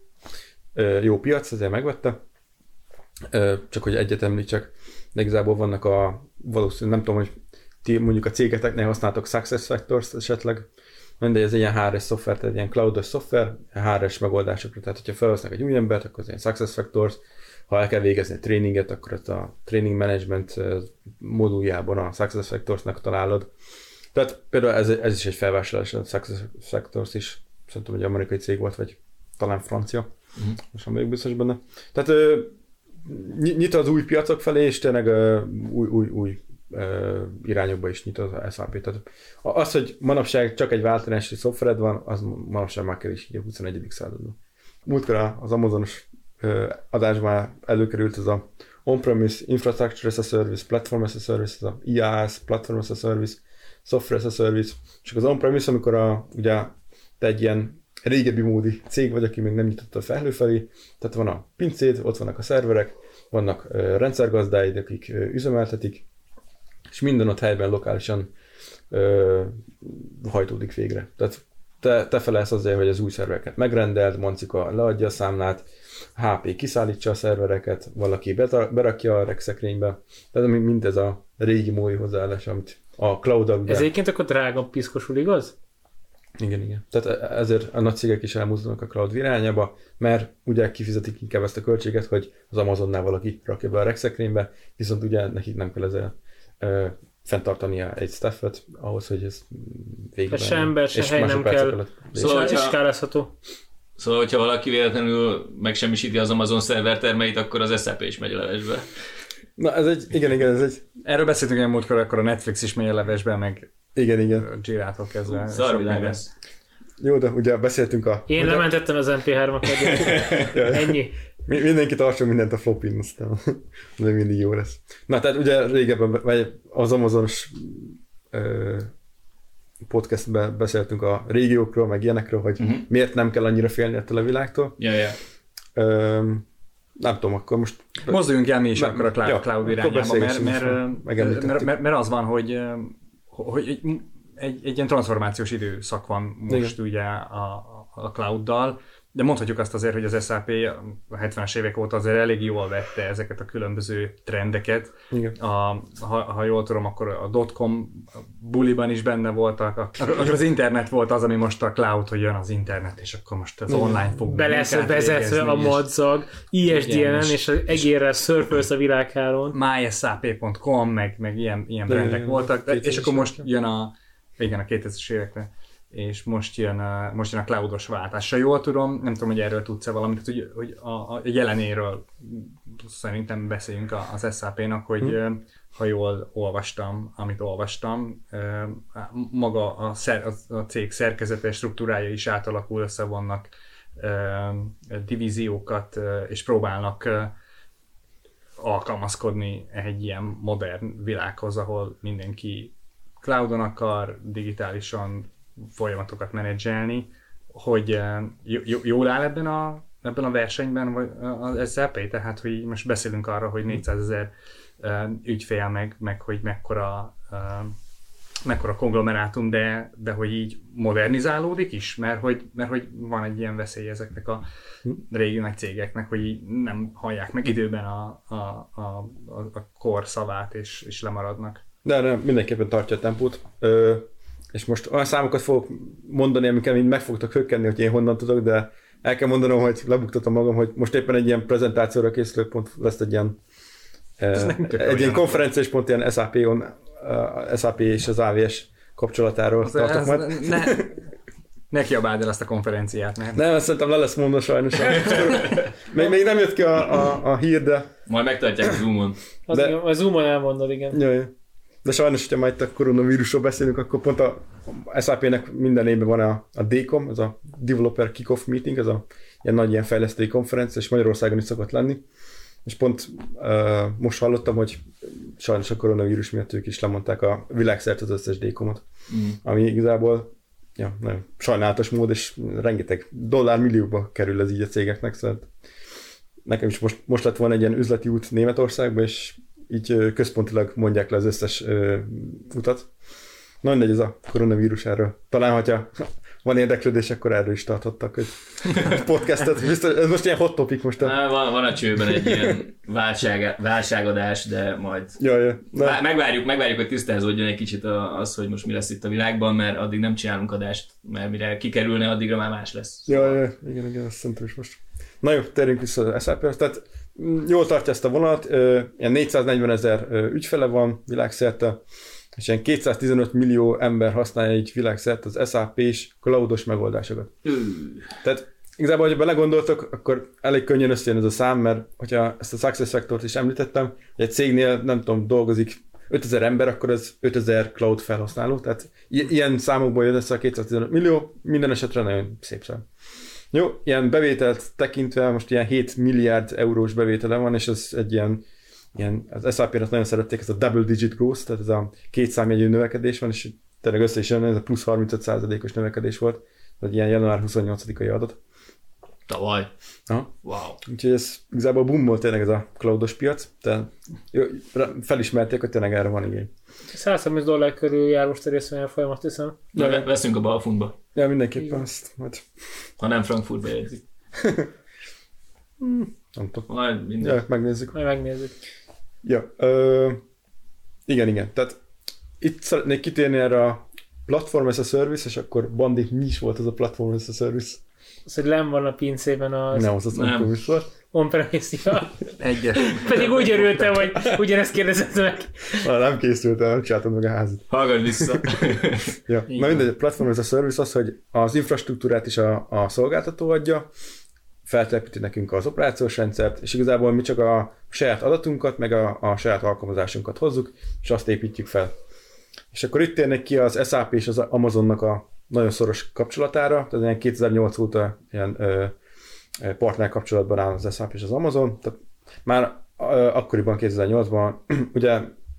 jó piac, ezért megvette. Csak hogy egyet említsek, de igazából vannak a valószínűleg, nem tudom, hogy ti mondjuk a cégeteknél használtok SuccessFactors esetleg, mindegy, ez egy ilyen há er es szoftver, tehát ilyen cloudos szoftver, há er es megoldásokra, tehát hogyha felhasználnak egy új embert, akkor az ilyen SuccessFactors, ha el kell végezni a tréninget, akkor ezt a training management moduljában a SuccessFactorsnak találod. Tehát például ez, ez is egy felvásárlás, a SuccessFactors is, szerintem egy amerikai cég volt, vagy talán francia, uh-huh. most nem vagyok biztos benne. Tehát ö, nyit az új piacok felé, és tényleg ö, új, új, új ö, irányokba is nyit az es á pé. Tehát az, hogy manapság csak egy változási szoftvered van, az manapság már kevés így a huszonegyedik században. Múltkor az Amazonos ö, adásban előkerült ez a On-Premise, Infrastructure as a Service, Platform as a Service, ez a i á es, Platform as a Service, Software as a Service, és az On-Premise, amikor a, ugye te egy ilyen régebbi módi cég vagy, aki még nem nyitotta a felhő felé, tehát van a pincéd, ott vannak a szerverek, vannak uh, rendszergazdáid, akik uh, üzemeltetik, és minden ott helyben lokálisan uh, hajtódik végre. Tehát te, te felelsz azért, hogy az új szervereket megrendeld, Mancika leadja a számlát, há pé kiszállítsa a szervereket, valaki berakja a regszekrénybe, tehát mind ez a régi módi hozzáállás, amit a cloud-al... Ez egyébként akkor drága piszkosul, igaz? Igen, igen. Tehát ezért a nagy cégek is elmozdulnak a cloud irányába, mert ugye kifizetik inkább ezt a költséget, hogy az Amazonnál valaki rakja be a regszekrénybe, viszont ugye nekik nem kell ezzel ö, fenntartania egy staffet ahhoz, hogy ez végben... Se ember, se hely nem kell, szóval, és skálázható. Szóval, hogyha valaki véletlenül megsemmisíti az Amazon szerver termeit, akkor az es á pé is megy a levesbe. Na, ez egy, igen, igen, ez egy... Erről beszéltünk egy múltkor, akkor a Netflix is megy a levesbe, meg igen, igen. Jira-tól kezdve. Szarvilág lesz. Jó, de ugye beszéltünk a... Én ugye... lementettem az em pé hármat, ennyi. Mindenki tartson mindent a flopin, aztán de mindig jó lesz. Na, tehát ugye régebben vagy az Amazonos ö, podcastben beszéltünk a régiókról, meg ilyenekről, hogy uh-huh. miért nem kell annyira félni ettől a világtól. Ja, ja. Ö, nem tudom, akkor most... Mozduljunk el mi is akkor a cloud, ja, cloud irányába, mert, mert, mert, mert, mert az van, hogy, hogy egy, egy, egy ilyen transformációs időszak van most igen. ugye a, a clouddal, de mondhatjuk azt azért, hogy az es á pé a hetvenes évek óta azért elég jól vette ezeket a különböző trendeket. A, ha, ha jól tudom, akkor a dotcom buliban is benne voltak. A, akkor az internet volt az, ami most a cloud, hogy jön az internet, és akkor most az online fog be lesz vezetve a madzag, i es dé en en, és az egérrel szörfölsz a világhálón. my s a p pont com, meg, meg ilyen, ilyen brandek voltak, de, és akkor most jön a, igen, a kétezres évekre. És most jön, a, most jön a cloudos váltás. Ha jól tudom, nem tudom, hogy erről tudsz-e valamit, hogy, hogy a, a jelenéről szerintem beszéljünk az es á pénak, hogy hmm. ha jól olvastam, amit olvastam, maga a, szer, a cég szerkezete és struktúrája is átalakul, összevonnak divíziókat, és próbálnak alkalmazkodni egy ilyen modern világhoz, ahol mindenki cloudon akar, digitálisan folyamatokat menedzselni, hogy jól áll ebben a, ebben a versenyben az es á pé, tehát hogy most beszélünk arra, hogy négyszázezer ügyfél, meg, meg hogy mekkora, mekkora konglomerátum, de, de hogy így modernizálódik is, mert hogy, mert hogy van egy ilyen veszély ezeknek a régi nagy cégeknek, hogy így nem hallják meg időben a, a, a, a kor szavát, és, és lemaradnak. De nem, mindenképpen tartja a tempót. Ö, és most olyan számokat fogok mondani, amiket mind meg fogtok hökkenni, hogy én honnan tudok, de el kell mondanom, hogy lebuktatom magam, hogy most éppen egy ilyen prezentációra készülök, pont lesz egy ilyen, uh, egy ilyen konferenciás pont ilyen es á pé, on, uh, es á pé és az á vé es kapcsolatáról az tartok ez, majd. Ne, ne kiabáld el ezt a konferenciát, nem? Nem, ezt szerintem le lesz mondva sajnos. még, még nem jött ki a, a, a hír, de... Majd megtartják a Zoomon. Az de... A Zoomon elmondod, igen. Jaj. De sajnos, hogyha majd a koronavírusról beszélünk, akkor pont a es á pének minden évben van a, a dé com, ez a Developer Kick-Off Meeting, ez a ilyen nagy ilyen fejlesztői konferencia, és Magyarországon is szokott lenni. És pont uh, most hallottam, hogy sajnos a koronavírus miatt ők is lemondták a világszerte az összes dé com-ot, mm. ami igazából ja, nagyon sajnálatos mód, és rengeteg dollármillióba kerül ez így a cégeknek, szóval nekem is most, most lett volna egy ilyen üzleti út Németországba, és így központilag mondják le az összes ö, utat. Na mindegy, ez a koronavírus erről. Talán, hogyha van érdeklődés, akkor erről is tartottak, hogy podcastet. Biztos, ez most ilyen hot topic most. A... Van, van a csőben egy ilyen válság, válságadás, de majd ja, ja. Vá- megvárjuk, megvárjuk, hogy tisztázódjon egy kicsit az, hogy most mi lesz itt a világban, mert addig nem csinálunk adást, mert mire kikerülne, addigra már más lesz. Ja, ja, igen, igen, azt szerintem is most. Na jó, térjünk vissza az es á pé-hez. Tehát jól tartja ezt a vonalat, ilyen négyszáznegyvenezer ügyfele van világszerte, és ilyen kétszáztizenöt millió ember használja így világszerte az es á pés cloudos megoldásokat. Uh. Tehát igazából, hogyha belegondoltok, akkor elég könnyen összejön ez a szám, mert hogyha ezt a success factort is említettem, hogy egy cégnél, nem tudom, dolgozik ötezer ember, akkor ez ötezer cloud felhasználó, tehát i- ilyen számokból jön össze a kétszáztizenöt millió, minden esetre nagyon szép szám. Jó, ilyen bevételt tekintve, most ilyen hét milliárd eurós bevétele van, és ez egy ilyen, ilyen az es á pé-nak nagyon szerették, ez a double digit growth, tehát ez a két számjegyű növekedés van, és tényleg össze is jön, ez a plusz harmincöt százalékos növekedés volt, ez egy ilyen január huszonnyolcadikai adat. Tavaly. Aha. Wow. Úgyhogy ez igazából boom volt tényleg ez a cloudos piac, tehát felismerték, hogy tényleg erre van igény. száz harminc dollár körül jár most a részvényen folyamat, hiszem. Na, ve- veszünk a Balfundba. Ja, mindenképpen ezt. Majd... Ha nem Frankfurtba jegyzik. Hmm, nem tudom. Majd minden. Ja, megnézzük. Majd megnézzük. Ja, ö, igen, igen. Tehát itt szeretnék kitérni erre a Platform as a Service, és akkor Bandi, mi is volt az a Platform as a Service? Az, hogy len van a pincében az Nem, az az on-premise volt. on-premise. Egyes. Pedig úgy örültem, hogy ugyanezt kérdezett meg. Na, nem készültem, nem csináltam meg a házat. Hallgass vissza. Ja. Na mindegy, a Platform as a Service az, hogy az infrastruktúrát is a, a szolgáltató adja, feltelepíti nekünk az operációs rendszert, és igazából mi csak a saját adatunkat, meg a, a saját alkalmazásunkat hozzuk, és azt építjük fel. És akkor itt térnek ki az es á pé és az Amazonnak a nagyon szoros kapcsolatára, tehát ilyen kétezer-nyolc óta ilyen ö, partner kapcsolatban áll az es á pé és az Amazon, tehát már ö, akkoriban kétezer-nyolcban, ugye,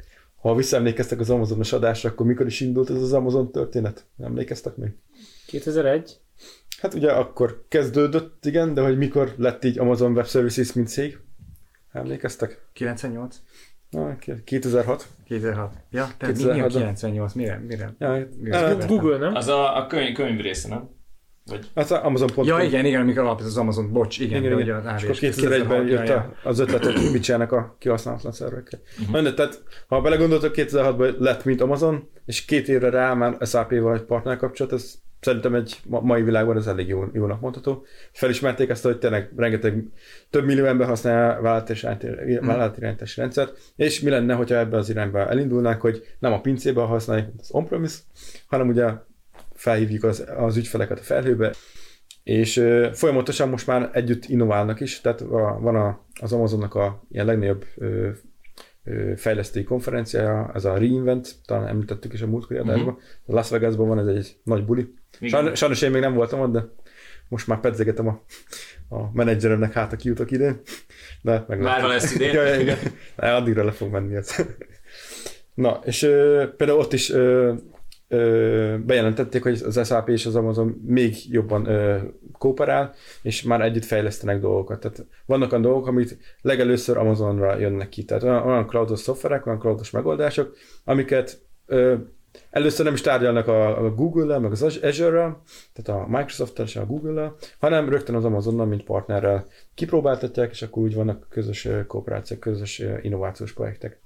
ha visszaemlékeztek az Amazonos adásra, akkor mikor is indult ez az Amazon történet? Emlékeztek még? kétezer-egy. Hát ugye akkor kezdődött, igen, de hogy mikor lett így Amazon Web Services, mint cég? Emlékeztek? kilencvennyolc. Na, kétezer-hat. kétezer-hat. Ja, tehát mi a kétezer-hat. kilencvennyolc? Mire? Mire? Ja, Mire hát, születtem? Google, nem? Az a, a könyv, könyv része, nem? Vagy... hát Amazon pont com. Ja, igen, igen, amikor alapított az Amazon, bocs, igen, Igen, de igen. ugye a És akkor kétezer-egyben jött a, az ötlet, hogy mit csinálnak a kihasználatlan szervekkel. Uh-huh. Na, tehát, ha belegondoltok, kétezer-hatban lett, mint Amazon, és két évre rá már es á pé-val egy partner kapcsolat, ez szerintem egy mai világban ez elég jó, jónak mondható. Felismerték ezt, hogy tényleg rengeteg több millió ember használja vállalatirányítási rendszert, és mi lenne, hogyha ebbe az irányba elindulnánk, hogy nem a pincébe használjuk az on-premise, hanem ugye felhívjuk az, az ügyfeleket a felhőbe, és ö, folyamatosan most már együtt innoválnak is, tehát a, van a, az Amazonnak a ilyen legnagyobb ö, ö, fejlesztői konferenciája, ez a reInvent, talán említettük is a múltkori adásban, uh-huh. Las Vegasban van, ez egy nagy buli. Sajnos, sajnos én még nem voltam ott, de most már pedzegetem a, a menedzseremnek, hát a kijutok idén. De Várva lesz idén. Ja, igen. De addigra le fog menni ez. Na, és ö, például ott is ö, ö, bejelentették, hogy az es á pé és az Amazon még jobban ö, kooperál, és már együtt fejlesztenek dolgokat. Tehát vannak olyan dolgok, amit legelőször Amazonra jönnek ki. Tehát olyan, olyan cloudos szoftverek, olyan cloudos megoldások, amiket ö, először nem is tárgyalnak a, a Google-lel, meg az Azure-rel, tehát a Microsoft-tel és a Google-lel, hanem rögtön az Amazonnal, mint partnerrel kipróbáltatják, és akkor úgy vannak közös kooperációk, közös innovációs projektek.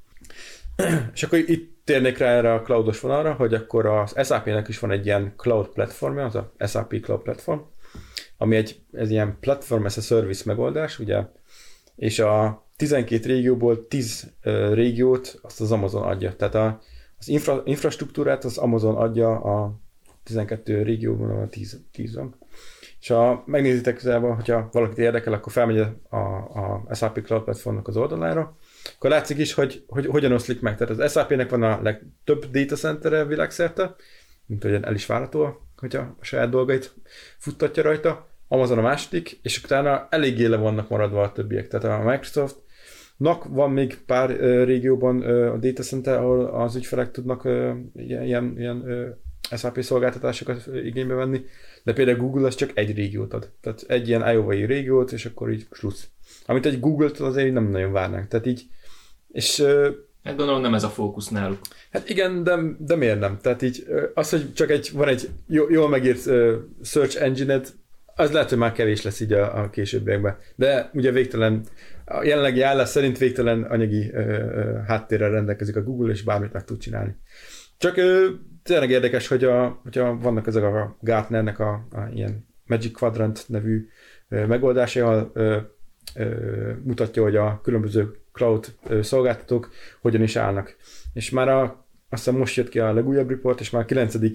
És akkor itt térnék rá erre a cloudos vonalra, hogy akkor az es á pé-nek is van egy ilyen cloud platformja, az a es á pé Cloud Platform, ami egy ez ilyen platform as a service megoldás, ugye, és a tizenkét régióból tíz uh, régiót azt az Amazon adja. Tehát a, az infra, infrastruktúrát az Amazon adja a tizenkét régióban, a tíz, tíz van. És ha megnézitek közelben, hogyha valakit érdekel, akkor felmegy a, a es á pé Cloud Platformnak az oldalára, akkor látszik is, hogy, hogy hogyan oszlik meg. Tehát az es á pé-nek van a legtöbb data centere világszerte, mint hogy el is várható, hogy a saját dolgait futtatja rajta. Amazon a második, és utána eléggé le vannak maradva a többiek. Tehát a Microsoftnak van még pár uh, régióban uh, a data center, ahol az ügyfelek tudnak uh, ilyen, ilyen uh, es á pé szolgáltatásokat uh, igénybe venni, de például Google az csak egy régiót ad. Tehát egy ilyen Iowa-i régiót, és akkor így plusz. Amit egy Google-től azért nem nagyon várnánk. Tehát így, és... Uh, hát gondolom nem ez a fókusz náluk. Hát igen, de, de miért nem? Tehát így az, hogy csak egy, van egy jól megírt uh, search engine-ed, az lehet, hogy már kevés lesz így a, a későbbiekben. De ugye végtelen, a jelenlegi állás szerint végtelen anyagi ö, ö, háttérrel rendelkezik a Google, és bármit meg tud csinálni. Csak ö, tényleg érdekes, hogy a, hogyha vannak ezek a Gartnernek a, a ilyen Magic Quadrant nevű ö, megoldásai, ahol ö, ö, mutatja, hogy a különböző cloud ö, szolgáltatók hogyan is állnak. És már a, azt hiszem most jött ki a legújabb report, és már a kilencedik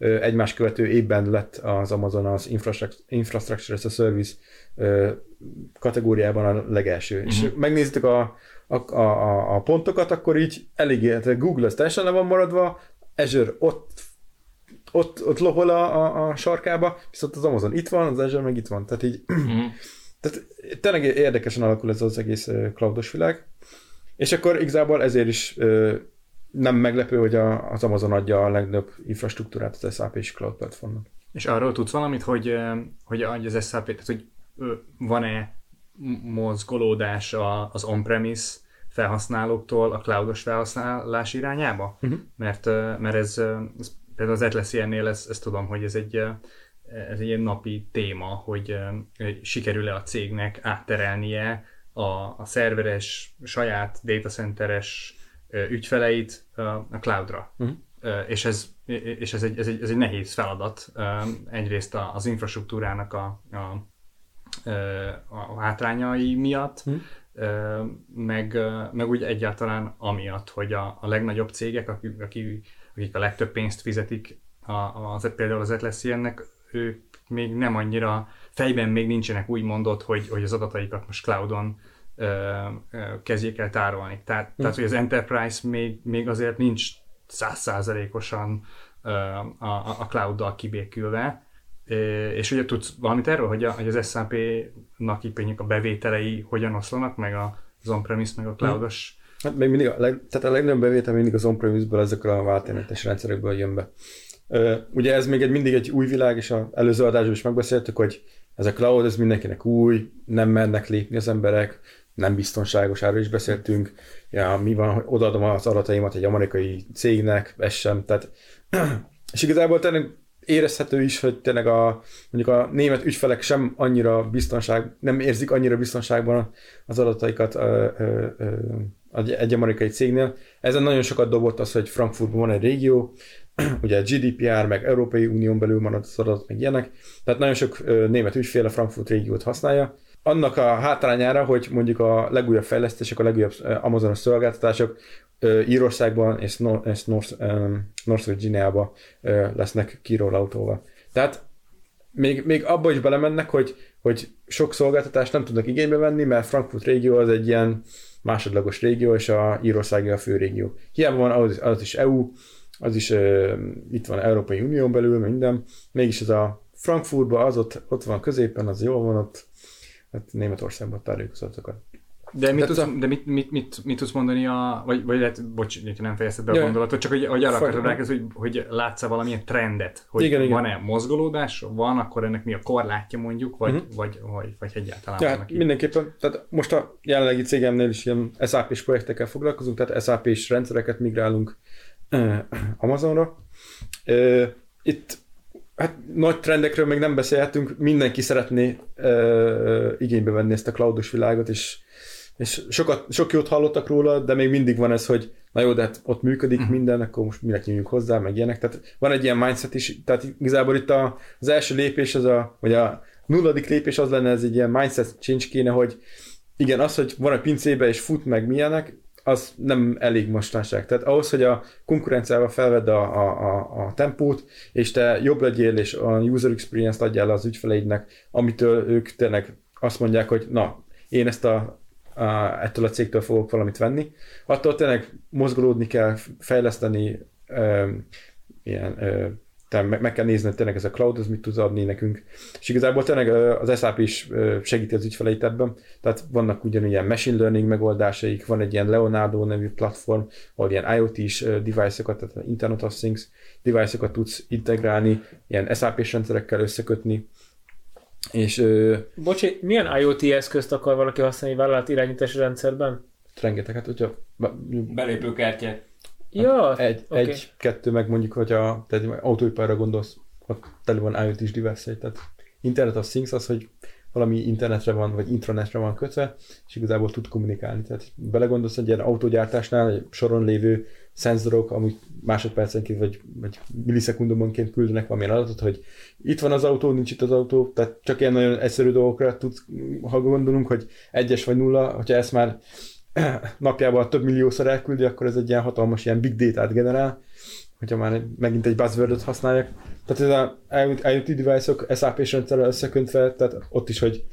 egymás követő évben lett az Amazon az Infrastructure as a Service kategóriában a legelső. Uh-huh. És megnéztük a, a, a, a pontokat, akkor így eléggé, Google az teljesen le van maradva, Azure ott, ott, ott lohol a, a, a sarkába, viszont az Amazon itt van, az Azure meg itt van. Tehát így, uh-huh. tehát tényleg érdekesen alakul ez az egész cloudos világ. És akkor igazából ezért is nem meglepő, hogy a, az Amazon adja a legnagyobb infrastruktúrát az es á pé-s cloud platformnak. És arról tudsz valamit, hogy, hogy az es á pé, tehát hogy van-e mozgolódás az on-premise felhasználóktól a cloudos felhasználás irányába? Uh-huh. Mert, mert ez, ez például az Atlassian-nél ezt, ezt tudom, hogy ez egy, ez egy ilyen napi téma, hogy, hogy sikerül-e a cégnek átterelnie a, a szerveres, saját datacenteres ügyfeleit a cloudra. Uh-huh. És, ez, és ez, egy, ez, egy, ez egy nehéz feladat. Egyrészt az infrastruktúrának a, a, a hátrányai miatt, uh-huh. meg, meg úgy egyáltalán amiatt, hogy a, a legnagyobb cégek, akik, akik a legtöbb pénzt fizetik, az, például az Atlassiannek, ők még nem annyira, fejben még nincsenek úgy mondott, hogy, hogy az adataikat most cloudon kezdjék el tárolni. Tehát, mm. tehát hogy az Enterprise még, még azért nincs száz százalékosan a, a, a clouddal kibékülve. És ugye tudsz valamit erről, hogy, a, hogy az es á pé-nak így a bevételei hogyan oszlanak, meg az on-premise, meg a cloudos? Hát még mindig, a leg, tehát a legnagyobb bevétel mindig az on-premise-ből, ezekről a váltérnetes rendszerekből jön be. Ugye ez még egy, mindig egy új világ, és az előző adásban is megbeszéltük, hogy ez a cloud, ez mindenkinek új, nem mernek lépni az emberek, nem biztonságos, erről is beszéltünk. Ja, mi van, hogy odaadom az adataimat egy amerikai cégnek, ez sem. Tehát, és igazából tényleg érezhető is, hogy tényleg a, mondjuk a német ügyfelek sem annyira biztonság, nem érzik annyira biztonságban az adataikat ö, ö, ö, egy amerikai cégnél. Ezen nagyon sokat dobott az, hogy Frankfurtban van egy régió, ugye a gé dé pé er, meg Európai Unión belül marad az adat, meg ilyenek. Tehát nagyon sok ö, német ügyfél a Frankfurt régiót használja. Annak a hátrányára, hogy mondjuk a legújabb fejlesztések, a legújabb Amazonos szolgáltatások Írországban és North, North Virginiában lesznek kirolautóval. Tehát még, még abba is belemennek, hogy, hogy sok szolgáltatást nem tudnak igénybe venni, mert Frankfurt régió az egy ilyen másodlagos régió, és a Írországi a fő régió. Hiába van az, az is é u, az is uh, itt van Európai Unión belül, minden. Mégis ez a Frankfurtban, az ott, ott van középen, az jól van ott, hát Németországban tárjuk az adatokat. De, mit tudsz, a... de mit, mit, mit, mit tudsz mondani, a, vagy, vagy lehet, bocs, nem fejezted be a gondolatot, csak hogy, hogy arra akarod rákezdeni, hogy, hogy látsz-e valamilyen trendet, hogy igen, van-e igen. mozgolódás, van, akkor ennek mi a korlátja mondjuk, vagy, uh-huh. vagy, vagy, vagy egyáltalán ja, vannak mindenképpen, tehát most a jelenlegi cégemnél is ilyen es á pés projektekkel foglalkozunk, tehát es á pés rendszereket migrálunk uh, Amazonra. Uh, itt hát nagy trendekről még nem beszélhetünk, mindenki szeretné uh, igénybe venni ezt a cloudos világot, és, és sokat, sok jót hallottak róla, de még mindig van ez, hogy na jó, de hát ott működik uh-huh. minden, akkor most minek nyújjunk hozzá, meg ilyenek. Tehát van egy ilyen mindset is, tehát igazából itt a, az első lépés, az a, vagy a nulladik lépés az lenne, ez egy ilyen mindset change kéne, hogy igen, az, hogy van a pincébe és fut meg milyenek, az nem elég mostanság. Tehát ahhoz, hogy a konkurenciával felvedd a, a, a, a tempót, és te jobb legyél, és a user experience-t adjál az ügyfeleidnek, amitől ők tényleg azt mondják, hogy na, én ezt a, a, ettől a cégtől fogok valamit venni. Attól tényleg mozgolódni kell, fejleszteni, ö, ilyen, ö, meg, meg kell nézni, hogy tényleg ez a cloud, az mit tud adni nekünk. És igazából tényleg az es á pé is segíti az ügyfeleit ebben. Tehát vannak ugyanilyen machine learning megoldásaik, van egy ilyen Leonardo nevű platform, ahol ilyen IoT-s device-okat, tehát Internet of Things device-okat tudsz integrálni, ilyen es á pés rendszerekkel összekötni. És, ö... Bocsi, milyen IoT eszközt akar valaki használni vállalat irányítási rendszerben? Rengeteget, hogyha... Belépőkártyát. Ja, egy, okay. egy, kettő meg mondjuk, hogyha te autóipárra gondolsz, ott tele van IoT-s device-ei, tehát Internet of Things az, hogy valami internetre van, vagy intranetre van kötve, és igazából tud kommunikálni. Tehát belegondolsz egy ilyen autógyártásnál, egy soron lévő szenzorok, amik másodpercenként, vagy, vagy millisekundomonként küldenek valamilyen adatot, hogy itt van az autó, nincs itt az autó, tehát csak ilyen nagyon egyszerű dolgokra tudsz, ha gondolunk, hogy egyes vagy nulla, hogyha ezt már napjában több milliószor elküldi, akkor ez egy ilyen hatalmas ilyen big data-t generál, hogyha már megint egy buzzwordot használják. Tehát ez a IoT device-ok es á pés rendszerrel összeköntve, tehát ott is, hogy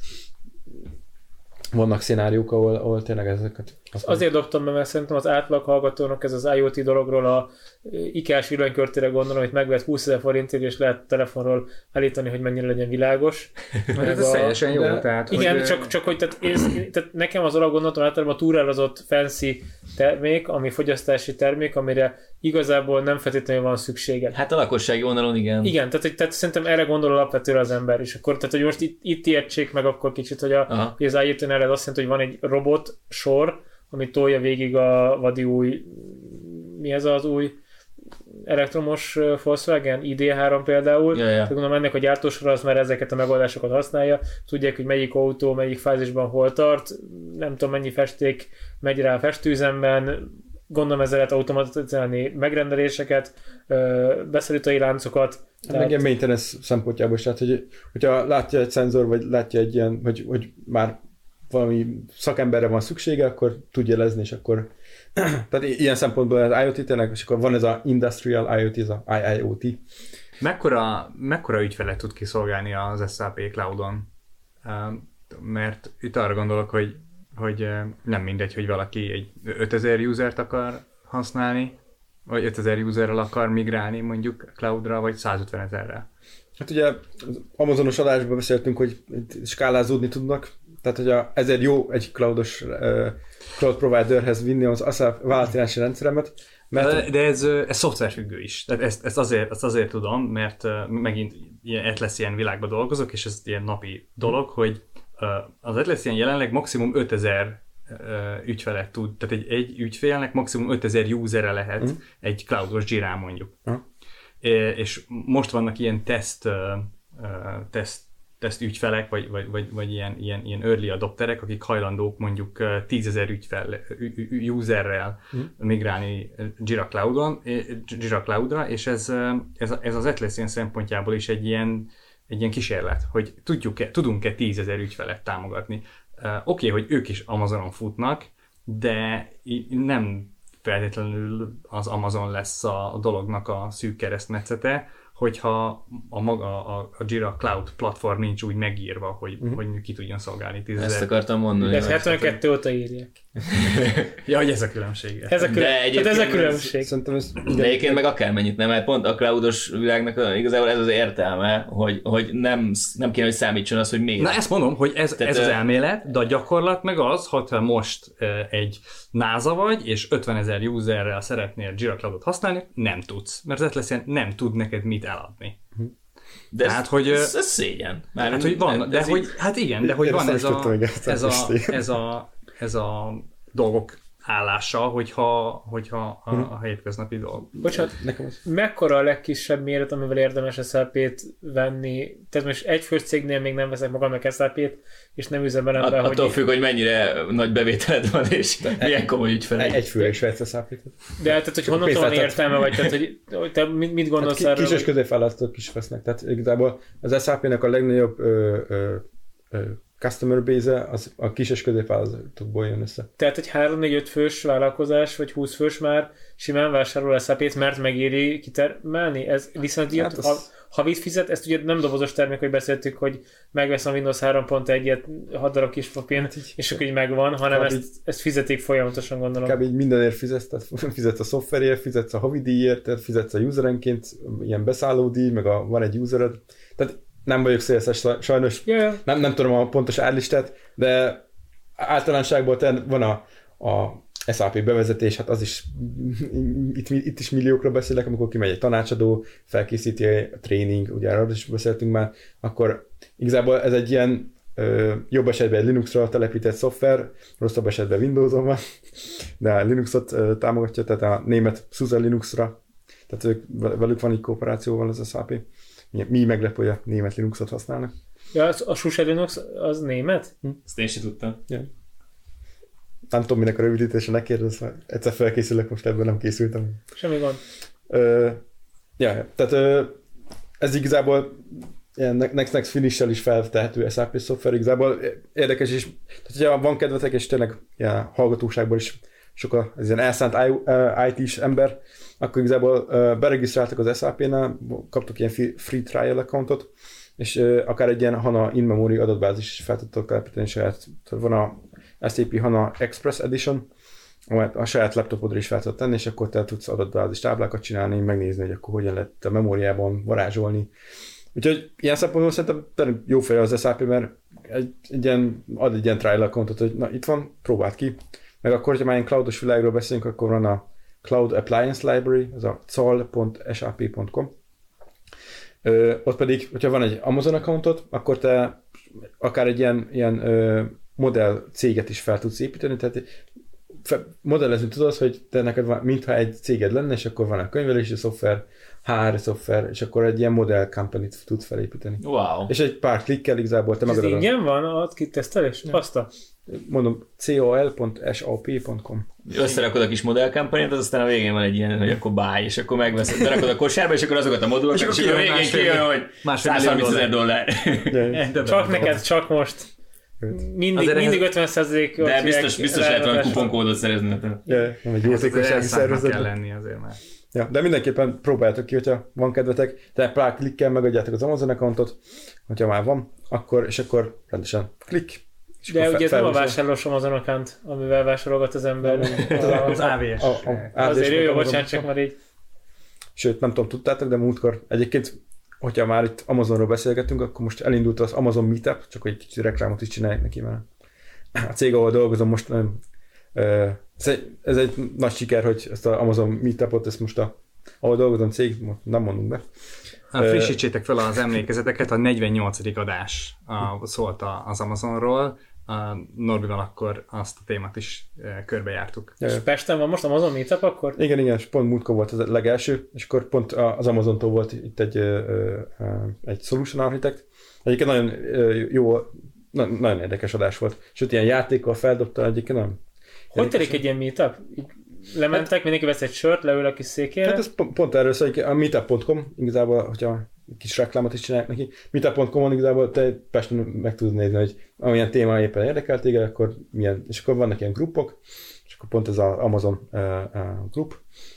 vannak szenáriók, ahol, ahol tényleg ezeket... Azért dobtam be, mert szerintem az átlag hallgatónak ez az IoT dologról a ikás villanykörtére gondolom, hogy megvett húszezer forintért, és lehet telefonról állítani, hogy mennyire legyen világos. Ez a... teljesen jó, de... tehát... Igen, hogy... csak, csak hogy tehát, én, tehát nekem az arra gondoltam általában a túrárazott fancy termék, ami fogyasztási termék, amire igazából nem feltétlenül van szükséged. Hát a lakossági oldalon igen. Igen, tehát, tehát szerintem erre gondol alapvetően az ember, és akkor tehát, hogy most itt, itt értsék meg akkor kicsit, hogy, a, hogy az IoT-n ered azt jelenti, hogy van egy robot sor, ami tolja végig a vadi új, mi ez az új elektromos Volkswagen, i dé három például. Ja, ja. Tehát gondolom ennek a gyártósora az már ezeket a megoldásokat használja. Tudják, hogy melyik autó, melyik fázisban hol tart, nem tudom mennyi festék megy rá a festőüzemben, gondolom ezzel lehet automatizálni megrendeléseket, beszállítói láncokat. Tehát... Meg ilyen maintenance szempontjából is, tehát hogy, hogyha látja egy szenzor, vagy látja egy ilyen, hogy, hogy már valami szakemberre van szüksége, akkor tud jelezni, és akkor tehát ilyen szempontból az IoT tényleg, és akkor van ez a Industrial IoT, ez a I I O T. Mekkora, mekkora ügyfelet tud kiszolgálni az es á pé Cloudon? Mert itt arra gondolok, hogy, hogy nem mindegy, hogy valaki egy ötezer usert akar használni, vagy ötezer userrel akar migrálni mondjuk Cloudra, vagy százötvenezerrel. Hát ugye az Amazonos adásban beszéltünk, hogy skálázódni tudnak, tehát hogy a, ezért jó egy cloudos uh, cloud providerhez vinni az es á pé vállalatirányítási rendszeremet. Mert... De, de ez, ez szoftverfüggő is. Tehát ezt, ezt, azért, ezt azért tudom, mert uh, megint ilyen Atlassian világban dolgozok, és ez ilyen napi dolog, hogy uh, az Atlassian jelenleg maximum ötezer uh, ügyfelet tud, tehát egy, egy ügyfélnek maximum ötezer usere lehet uh-huh. egy cloudos Jirán mondjuk. Uh-huh. É, és most vannak ilyen teszt, uh, uh, teszt teszt ügyfelek, vagy, vagy, vagy, vagy ilyen, ilyen, ilyen early adopterek, akik hajlandók mondjuk tízezer ügyfel, userrel mm. migrálni Jira Cloudon, Jira Cloudra, és ez, ez, ez az Atlassian szempontjából is egy ilyen, egy ilyen kísérlet, hogy tudjuk-e, tudunk-e tízezer ügyfelet támogatni. Uh, Oké, okay, hogy ők is Amazonon futnak, de nem feltétlenül az Amazon lesz a dolognak a szűk keresztmetszete, hogyha a maga a, a Jira Cloud platform nincs úgy megírva, hogy, mm. hogy ki tudjon szolgálni tízezer. Ezt akartam mondani. De ezt hetvenkettő óta írják. Ja, hogy ez a különbség. Ez a, külön... de ez a különbség. Szerintem ez... De egyébként meg akármennyit nem, mert pont a cloudos világnak igazából ez az értelme, hogy, hogy nem, nem kéne, hogy számítson az, hogy miért. Na ezt mondom, hogy ez, ez az elmélet, de a gyakorlat meg az, hogyha most egy NASA vagy, és ötvenezer userrel szeretnél Jira Cloudot használni, nem tudsz. Mert az Atlassian nem tud neked mit eladni. De ez, hát, hogy, ez, ez szégyen. Már hát, hogy van, de hogy, hát igen, de hogy van ez a, ez, a, ez, a, ez a dolgok állása, hogyha, hogyha a, a hétköznapi dolg. Bocsánat, nekem az... mekkora a legkisebb méret, amivel érdemes es á pét venni? Tehát most egy fős cégnél még nem veszek magamnak es á pét, és nem üzemelem be, hogy... Attól függ, hogy mennyire nagy bevételed van, és milyen komoly ügyfelek. Egy főre is vesz es á pét. De tehát, hogy honnan van értelme, vagy tehát, hogy te mit gondolsz hát erről? Kis és középvállalatok is vesznek. Tehát igazából az es á pének a legnagyobb ö, ö, ö, customer base-e az a kis és középvállalatokból jön össze. Tehát egy három négy öt fős vállalkozás, vagy húsz fős már simán vásárol es á pét, mert megéri kitermelni? Ez viszont hát az... ha, havit fizet, ezt ugye nem dobozos termék, hogy beszéltük, hogy megvesz a Windows három pont egyet, hat darab kis papír, és akkor így megvan, hanem ezt, így, ezt fizetik folyamatosan, gondolom. Kb. Így mindenért fizetsz, tehát fizetsz a szoftverért, fizetsz a havidíjért, tehát fizetsz a userenként, ilyen beszállódíj, meg a, van egy usered. Tehát nem vagyok szélszes, sajnos yeah. nem, nem tudom a pontos árlistát, de általánosságból van a, a es á pé bevezetés, hát az is, itt, itt is milliókra beszélek, amikor kimegy egy tanácsadó, felkészíti a tréning, ugye arról is beszéltünk már, akkor igazából ez egy ilyen ö, jobb esetben egy Linuxra telepített szoftver, rosszabb esetben Windowson van, de Linuxot ö, támogatja, tehát a német SUSE Linuxra, tehát ők, velük van egy kooperációval az es á pé. Mi meglepő, hogy a német Linuxot használnak. Ja, a SUSE Linux az német? Hm. Ezt én sem tudtam. Ja. Nem tudom, minek a rövidítése, ne kérdezz, mert egyszer felkészülök, most ebből nem készültem. Semmi gond. Ö, ja, tehát ö, ez igazából ilyen Next Next Finish-sel is feltehető es á pé szoftver, igazából érdekes is, tehát hogyha van kedvetek, és tényleg ilyen hallgatóságból is sokkal ez ilyen elszánt í té-s ember, akkor igazából beregisztráltak az es á pé-nál, kaptak ilyen free trial accountot, és akár egy ilyen HANA in-memory adatbázis is fel tudtok telepíteni saját. Van a es á pé HANA Express Edition, amelyet a saját laptopodra is fel tudod tenni, és akkor te tudsz adatbázis táblákat csinálni, megnézni, hogy akkor hogyan lehet a memóriában varázsolni. Úgyhogy ilyen szempontból szerintem jó fej az es á pé, mert egy, egy ilyen, ad egy ilyen trial accountot, hogy na itt van, próbáld ki. Meg akkor, hogyha már ilyen cloudos világról beszélünk, akkor van a Cloud Appliance Library, az a cal pont s a p pont com. Ö, ott pedig, hogyha van egy Amazon accountot, akkor te akár egy ilyen, ilyen ö, modell céget is fel tudsz építeni, tehát fe, modellezni tudod, hogy te neked van, mintha egy céged lenne, és akkor van a könyvelési szoftver, há er szoftver, és akkor egy ilyen modell company-t tudsz felépíteni. Wow. És egy pár klikkel igazából te megadod. Ez ingyen van a kitesztelés? Baszta. Mondom, cal pont s a p pont com. Összerakod a kis modellkampányát, az aztán a végén van egy ilyen, hogy akkor buy, és akkor megveszed, berakod a kosárba, és akkor azokat a modulokat, és, és akkor a végén kijön, hogy százharmincezer dollár. Csak neked, csak most. Mindig, mindig ötven százalék. De biztos, biztos lehet valami kuponkódot szerezni. Ja, nem egy jótékonysági szervezet. kell lenni azért már. Ja, de mindenképpen próbáljátok ki, hogyha van kedvetek, de pár klikkel megadjátok az Amazon accountot, hogyha már van, akkor, és akkor rendesen klik. De ugye ez nem a vásárlós Amazon account, amivel vásárolgat az ember. Az á vé es. Azért jó, bocsánat, csak már így. Sőt, nem tudom, tudtátok, de múltkor egyébként, hogyha már itt Amazonról beszélgetünk, akkor most elindult az Amazon Meetup, csak hogy egy kicsit reklámot is csinálják neki, mert a cég, ahol dolgozom most nagyon, ez egy, ez egy nagy siker, hogy ezt az Amazon Meetupot, ezt most a, ahol dolgozom cég, nem mondunk be. Ha frissítsétek fel az emlékezeteket, a negyvennyolcadik adás a, szólt az Amazonról, a Norbival akkor azt a témát is körbejártuk. És Pesten van most Amazon Meetup akkor? Igen, igen, és pont múltkor volt az legelső, és akkor pont az Amazontól volt itt egy, egy Solution Architect. Egyébként nagyon jó, nagyon érdekes adás volt. Sőt, ilyen játékkal feldobta egyébként, nem? Hogy telik egy ilyen Meetup? Lementek, hát, mindenki vesz egy sört, leül a kis székére? Hát ez pont, pont erről szól, a meetup pont com, igazából, hogyha kis reklámot is csinálják neki, meetup pont com-on igazából te Pesten meg tudod nézni, hogy amilyen téma éppen érdekel téged, akkor milyen, és akkor vannak ilyen grupok, és akkor pont ez az Amazon uh, uh, grup.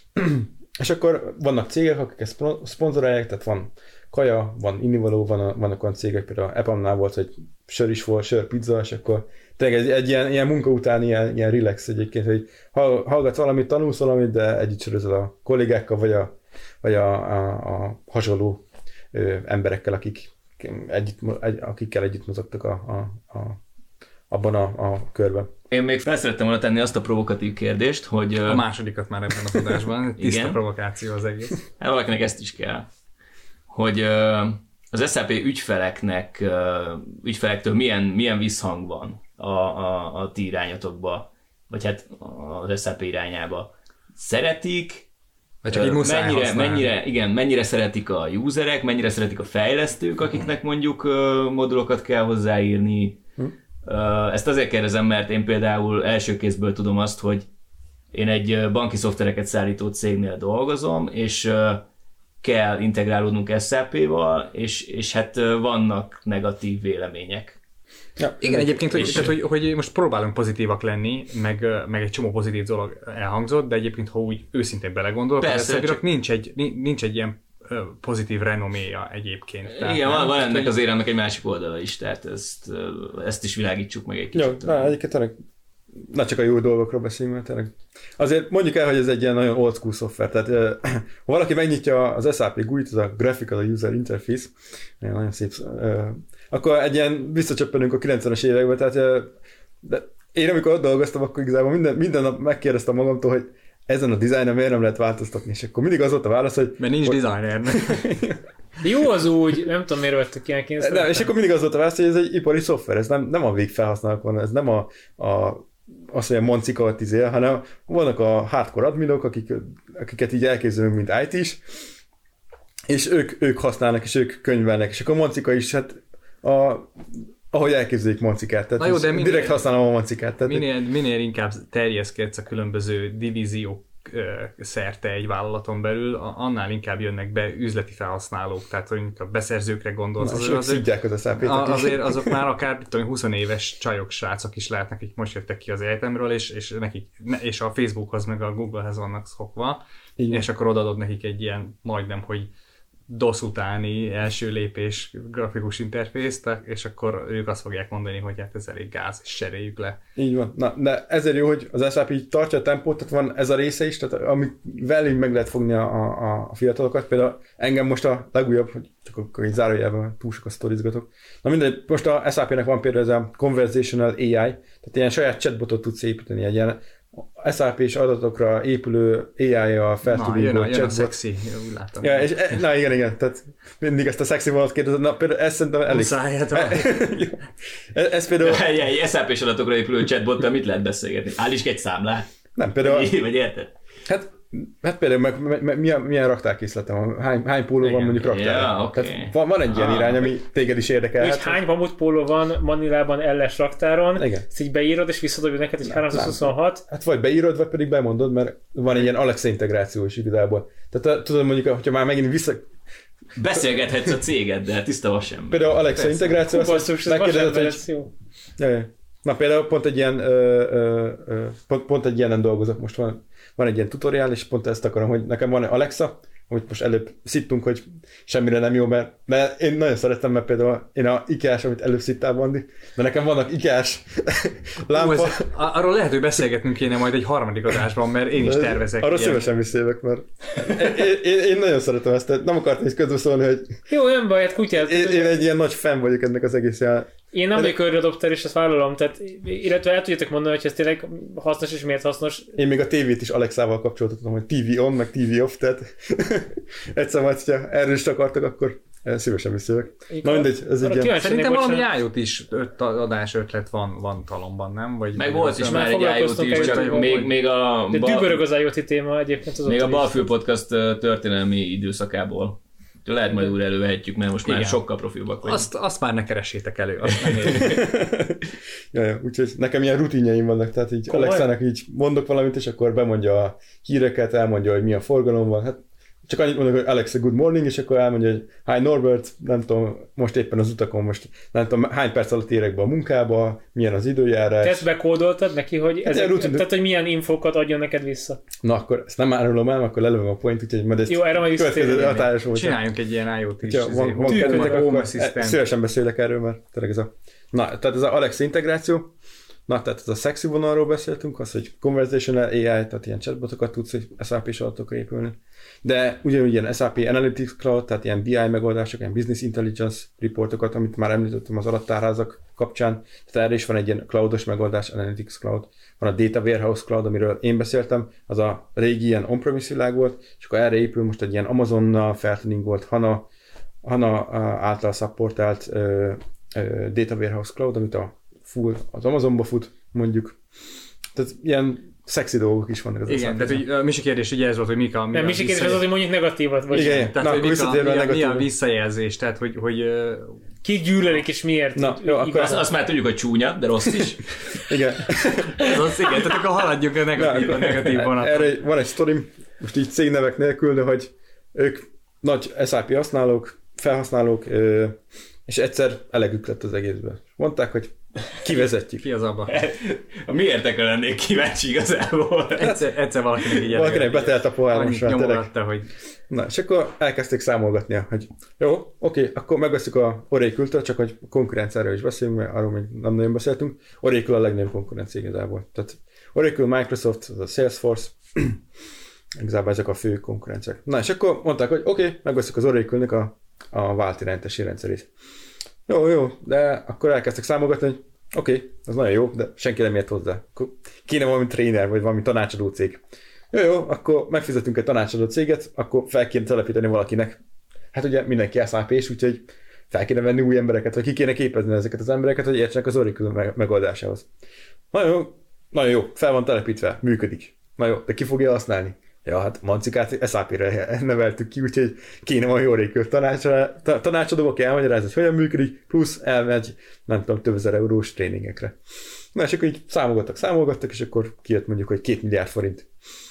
És akkor vannak cégek, akik ezt szponzorálják, tehát van kaja, van innivaló, van, vannak olyan cégek, például Epamnál volt, hogy sör is volt, sör, pizza, és akkor tényleg egy, egy ilyen, ilyen munka után ilyen, ilyen relax egyébként, hogy hallgatsz valamit, tanulsz valamit, de együtt sörözöl a kollégákkal, vagy a, vagy a, a, a hasonló ö, emberekkel, akik együtt, egy, akikkel együtt mozogtak a, a, a, abban a, a körben. Én még fel szerettem volna tenni azt a provokatív kérdést, hogy... A másodikat már ebben az adásban, tiszta provokáció az egész. Hát valakinek ezt is kell. Hogy az es á pé ügyfeleknek, ügyfelektől milyen, milyen visszhang van a, a, a ti irányotokba, vagy hát az es á pé irányába. Szeretik? Vagy csak így muszáj mennyire, mennyire, igen, mennyire szeretik a userek, mennyire szeretik a fejlesztők, akiknek mondjuk modulokat kell hozzáírni. Hm? Ezt azért kérdezem, mert én például első kézből tudom azt, hogy én egy banki szoftvereket szállító cégnél dolgozom, és kell integrálódnunk es á pé-val, és, és hát vannak negatív vélemények. Ja, igen, egyébként, hogy, tehát, hogy, hogy most próbálunk pozitívak lenni, meg, meg egy csomó pozitív dolog elhangzott, de egyébként, ha úgy őszintén belegondolok, persze, csak... nincs, egy, nincs egy ilyen pozitív renoméja egyébként. Tehát, igen, van, van ennek hogy... azért ennek egy másik oldala is, tehát ezt, ezt is világítsuk meg egy kicsit. Jó, na, egyébként tényleg, na csak a jó dolgokról beszélünk, mert tényleg. Azért mondjuk el, hogy ez egy ilyen nagyon old school szoftver, tehát uh, ha valaki megnyitja az es á pé gú i-t, az a Graphical User Interface, nagyon szép, uh, akkor egy ilyen visszacsöppenünk a kilencvenes években, tehát uh, de én amikor ott dolgoztam, akkor igazából minden, minden nap megkérdeztem magamtól, hogy ezen a dizájnon miért nem lehet változtatni, és akkor mindig az volt a válasz, hogy... Mert nincs hogy... designer. Jó az úgy, nem tudom miért vettek ilyen kényszerűen. És akkor mindig az volt a válasz, hogy ez egy ipari szoftver, ez nem, nem a végfelhasználók van, ez nem a, a azt mondja, moncika izél, hanem vannak a hardcore adminok, akik, akiket így elképzelünk, mint í té-s, és ők, ők használnak, és ők könyvelnek, és akkor a moncika is, hát a, ahogy elképzelik moncikát, tehát jó, de minél, direkt használom a moncikát. Tehát minél, minél inkább terjeszkedsz a különböző divíziók szerte egy vállalaton belül, annál inkább jönnek be üzleti felhasználók, tehát hogy a beszerzőkre gondolsz. Na, azért, azért, az azért azok már akár tudom, húsz éves csajok, srácok is lehetnek, akik most jöttek ki az egyetemről, és, és, nekik, és a Facebookhoz meg a Googlehez vannak szokva, igen. És akkor odaadod nekik egy ilyen majdnem, hogy DOS utáni első lépés grafikus interfészt, és akkor ők azt fogják mondani, hogy hát ez elég gáz, és cseréljük le. Így van. Na, de ezért jó, hogy az es á pé így tartja a tempót, tehát van ez a része is, tehát amit velünk meg lehet fogni a, a, a fiatalokat. Például engem most a legújabb, hogy csak akkor így zárójelben túl sokat sztorizgatok. Na mindegy, most a es á pének van például ez a Conversational á i, tehát ilyen saját chatbotot tudsz építeni, egy ilyen es á pés adatokra épülő á i-jal feltuduló chatbot. Na, jön a, jön a szexi, úgy látom. Ja, és, na igen, igen, tehát mindig ezt a szexi vonalat kérdezed, na például ez szerintem elég. Muszáját ez, ez például... Egy, egy es á pés adatokra épülő chatbottal mit lehet beszélgetni? Állíts egy számlát? Nem, például... Vagy, vagy érted? Hát, hát például meg, meg, meg, milyen, milyen raktárkészletem van, hány, hány póló van mondjuk raktár. Ja, okay. Tehát van, van egy ilyen ah, irány, ami téged is érdekel. És hány mamut póló van Manilában elles raktáron, igen. Ezt így beírod, és visszadobja neked egy háromszázhuszonhat. Hát vagy beírod, vagy pedig bemondod, mert van egy ilyen Alexa integráció is igazából. Tehát tudod mondjuk, hogyha már megint vissza... Beszélgethetsz a cégeddel, tiszta vasember. Például Alexa Persze. integráció, Hú, basszus, azt megkérdezed, hogy... Na például pont egy ilyen, ö, ö, ö, pont, pont egy ilyenen dolgozok, most van, van egy ilyen tutoriál, és pont ezt akarom, hogy nekem van Alexa, amit most előbb szittunk, hogy semmire nem jó, mert, mert én nagyon szeretem, mert például én a IKEA-s, amit előbb szittál, Bandi, de nekem vannak IKEA-s lámpa. Hú, ez, arról lehet, hogy beszélgetnünk kéne majd egy harmadik adásban, mert én is tervezek. Arról szívesen beszélek, mert én, én, én nagyon szeretem ezt, nem akartam is közbeszólni, hogy jó, nem baj, hát kutyát. Én, én egy ilyen nagy fan vagyok ennek az egész jel. Én nem vagyok early adopter, és ezt vállalom, tehát, illetve el tudjátok mondani, hogy ez tényleg hasznos, és miért hasznos. Én még a tévét is Alexával kapcsoltatom, hogy té vé on, meg té vé off, tehát egyszer majd, hogyha erről is akartak, akkor szívesen beszélek. Na mindegy, ez egy ilyen... Szerintem valami ájút is öt adás ötlet van, van talomban, nem? Vagy meg volt is már egy ájút is, csak még, még a... De dübörög az ájút téma egyébként. Az még a Balfül Podcast történelmi időszakából. Lehet majd újra elővehetjük, mert most már igen. sokkal profilbak vagyunk. Azt, azt már ne keressétek elő, azt nem ja, ja, úgyhogy nekem ilyen rutinjaim vannak, tehát így Komoly? Alexának így mondok valamit, és akkor bemondja a híreket, elmondja, hogy milyen forgalom van. Hát csak annyit mondok, hogy Alexa, good morning, és akkor elmondja, hogy hi Norbert, nem tudom, most éppen az utakon, most nem tudom, hány perc alatt érek be a munkába, milyen az időjárás. Te ezt bekódoltad neki, hogy, ezek, rutin... tehát, hogy milyen infókat adjon neked vissza? Na akkor ezt nem árulom el, akkor lelövöm a point, úgyhogy majd ezt jó, erre majd következő csináljunk egy ilyen IoT is. Ja, van, van kedvetek, szívesen beszélek erről, mert tényleg ez a... Na, tehát ez a Alexa integráció. Na, tehát ez a szexi vonalról beszéltünk, az, hogy conversational á i, tehát ilyen chatbotokat tudsz es á pés adatokra épülni. De ugyanúgy ilyen es á pé Analytics Cloud, tehát ilyen bé i megoldások, ilyen Business Intelligence reportokat, amit már említettem az adattárházak kapcsán. Tehát erre is van egy ilyen cloudos megoldás, Analytics Cloud. Van a Data Warehouse Cloud, amiről én beszéltem, az a régi ilyen on-premise világ volt, és akkor erre épül most egy ilyen Amazonnal feltuningolt HANA, HANA által supportált uh, uh, Data Warehouse Cloud, amit a full az Amazonba fut, mondjuk. Tehát ilyen szexi dolgok is vannak az igen, tehát hogy a Misi kérdés ugye ez volt, hogy mik a... Nem, Misi kérdés az, hogy mondjuk negatívat. Vagy igen, tehát, na, hogy mik a, mi, a, mi a visszajelzés, tehát hogy... hogy ki gyűlölik és miért? Na, jó, akkor azt, azt már tudjuk, hogy csúnya, de rossz is. igen. ez az, igen, tehát akkor haladjuk a negatív, na, a negatív vonaton. Erre van egy sztorim, most így cégnevek nélkül, de hogy ők nagy es á pé használók, felhasználók, és egyszer elegük lett az egészben. Mondták, hogy kivezetjük. Ki az abba? Mi értekre lennék kíváncsi igazából? Egyszer, egyszer valakinek így valakinek betelt a pohár most már tényleg. hogy... Na, és akkor elkezdték számolgatni, hogy jó, oké, akkor megveszük a Oracle-től, csak hogy konkurenciáról is beszélünk, mert arról még nem nagyon beszéltünk. Oracle a legnagyobb konkurencia igazából. Tehát Oracle, Microsoft, az a Salesforce, igazából ezek a fő konkurenciák. Na, és akkor mondták, hogy oké, megveszük az Oracle-nek a, a váltirányítási rendszerét. Jó, jó, de akkor elkezdtek számolgatni, hogy oké, okay, az nagyon jó, de senki nem ért hozzá. Akkor kéne valami tréner, vagy valami tanácsadó cég. Jó, jó, akkor megfizetünk egy tanácsadó céget, akkor fel kéne telepíteni valakinek. Hát ugye mindenki es á pés, úgyhogy fel kéne venni új embereket, vagy ki kéne képezni ezeket az embereket, hogy értsenek az Oracle megoldásához. Nagyon jó, nagyon jó, fel van telepítve, működik. Na jó, de ki fogja használni? Ja, hát Mancikát es á pére neveltük ki, úgyhogy kéne van jó Oracle tanácsadó, aki elmagyarázza, hogy hogyan működik, plusz elmegy, nem tudom, több ezer eurós tréningekre. Na, és akkor így számolgattak, számolgattak, és akkor kijött mondjuk, hogy két milliárd forint.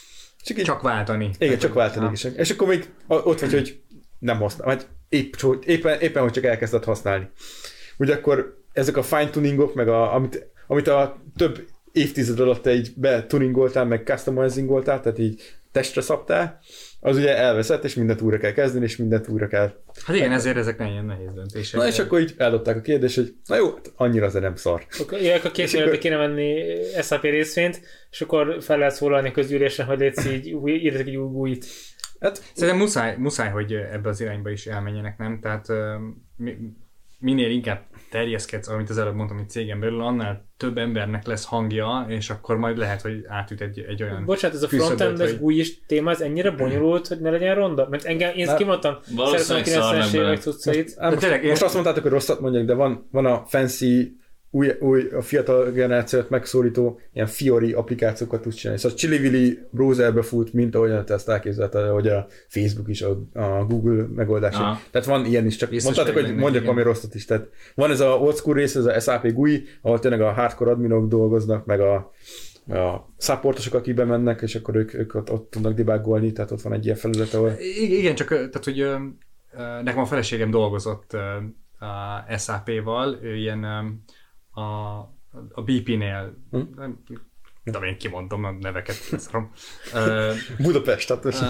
Csak, így, csak váltani. Igen, tehát, csak váltani. És, és akkor még ott vagy, hogy nem használ, vagy épp, éppen, éppen, hogy csak elkezdett használni. Ugye akkor ezek a fine tuningok, meg a, amit, amit a több évtized alatt így betuningoltál, meg customizingoltál, tehát így testre szabtál, az ugye elveszett, és mindent újra kell kezdeni, és mindent újra kell... Hát igen, ezért ezek nem ilyen nehéz döntések. Na és akkor így eldobták a kérdést, hogy na jó, annyira azért nem szar. Igen, akkor két millióra kéne venni es á pé részvényt, és akkor fel lehet szólalni a közgyűlésen, hogy létsz így, írtak egy új újit. Hát, szerintem muszáj, muszáj, hogy ebbe az irányba is elmenjenek, nem? Tehát mi, minél inkább terjeszkedsz, amit az előbb mondtam, hogy cégen belül, annál több embernek lesz hangja, és akkor majd lehet, hogy átüt egy, egy olyan... Bocsánat, ez a frontend-es hogy... új is téma, ez ennyire bonyolult, hogy ne legyen ronda? Mert engem, én ezt kimondtam, szeretem a kilencvenes évek cuccait. Most, most azt mondtátok, hogy rosszat mondjak, de van, van a fancy, új, új, a fiatal generációt megszólító ilyen Fiori applikációkat tudsz csinálni. Szóval Chili-Willy browserbe fut, mint ahogyan te ezt elképzelte, hogy a Facebook is, a, a Google megoldás. Aha. Tehát van ilyen is, csak biztos mondtátok, hogy mondjak valami rosszat is. Tehát van ez a old school rész, ez a es á pé gú i, ahol tényleg a hardcore adminok dolgoznak, meg a, a supportosok, akik bemennek, és akkor ők, ők ott, ott tudnak debugolni, tehát ott van egy ilyen felület, ahol... Igen, csak tehát, hogy nekem a feleségem dolgozott a es á pé-val, ő ilyen a, a bé pé-nél, hm? nem tudom, én kimondom a neveket, leszarom. Uh, Budapest, tehát uh,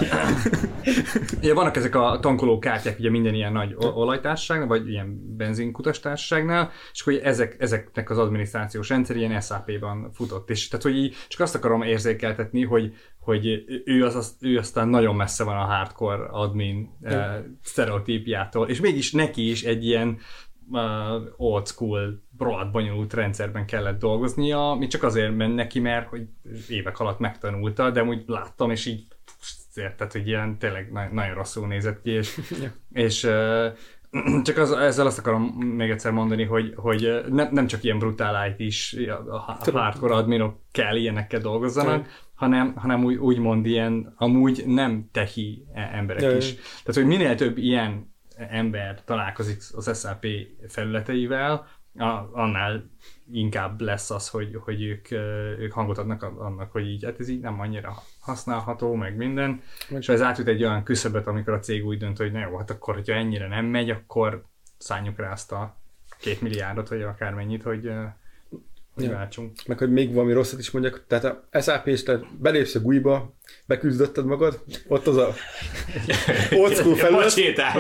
ja, vannak ezek a tankoló kártyák ugye minden ilyen nagy olajtársaságnál, vagy ilyen benzinkutas-társaságnál, és akkor ezek, ezeknek az adminisztrációs rendszer ilyen es á pé-ban futott. És tehát, hogy így csak azt akarom érzékeltetni, hogy, hogy ő, az, az, ő aztán nagyon messze van a hardcore admin uh, sztereotípiától, és mégis neki is egy ilyen Uh, old school, rohadt bonyolult rendszerben kellett dolgoznia, ami csak azért ment neki, mert hogy évek alatt megtanulta, de úgy láttam, és így érted, hogy ilyen tényleg na- nagyon rosszul nézett ki, és, és uh, csak az, ezzel azt akarom még egyszer mondani, hogy, hogy ne, nem csak ilyen brutál i té-s, a hardcore adminok kell ilyenekkel dolgozzanak, hanem, hanem úgy, úgymond ilyen amúgy nem techi emberek Jaj. is. Tehát, hogy minél több ilyen ember találkozik az es á pé felületeivel, annál inkább lesz az, hogy, hogy ők, ők hangot adnak annak, hogy így, hát ez így nem annyira használható, meg minden, meg. És ez átüt egy olyan küszöböt, amikor a cég úgy dönt, hogy na jó, hát akkor, hogyha ennyire nem megy, akkor szálljuk rá azt a két milliárdot, vagy akármennyit, hogy hogy ja. váltsunk. Meg hogy még valami rosszat is mondjak, tehát a es á pé-s, tehát belépsz a gú i-ba, beküzdötted magad, ott az a old school felület,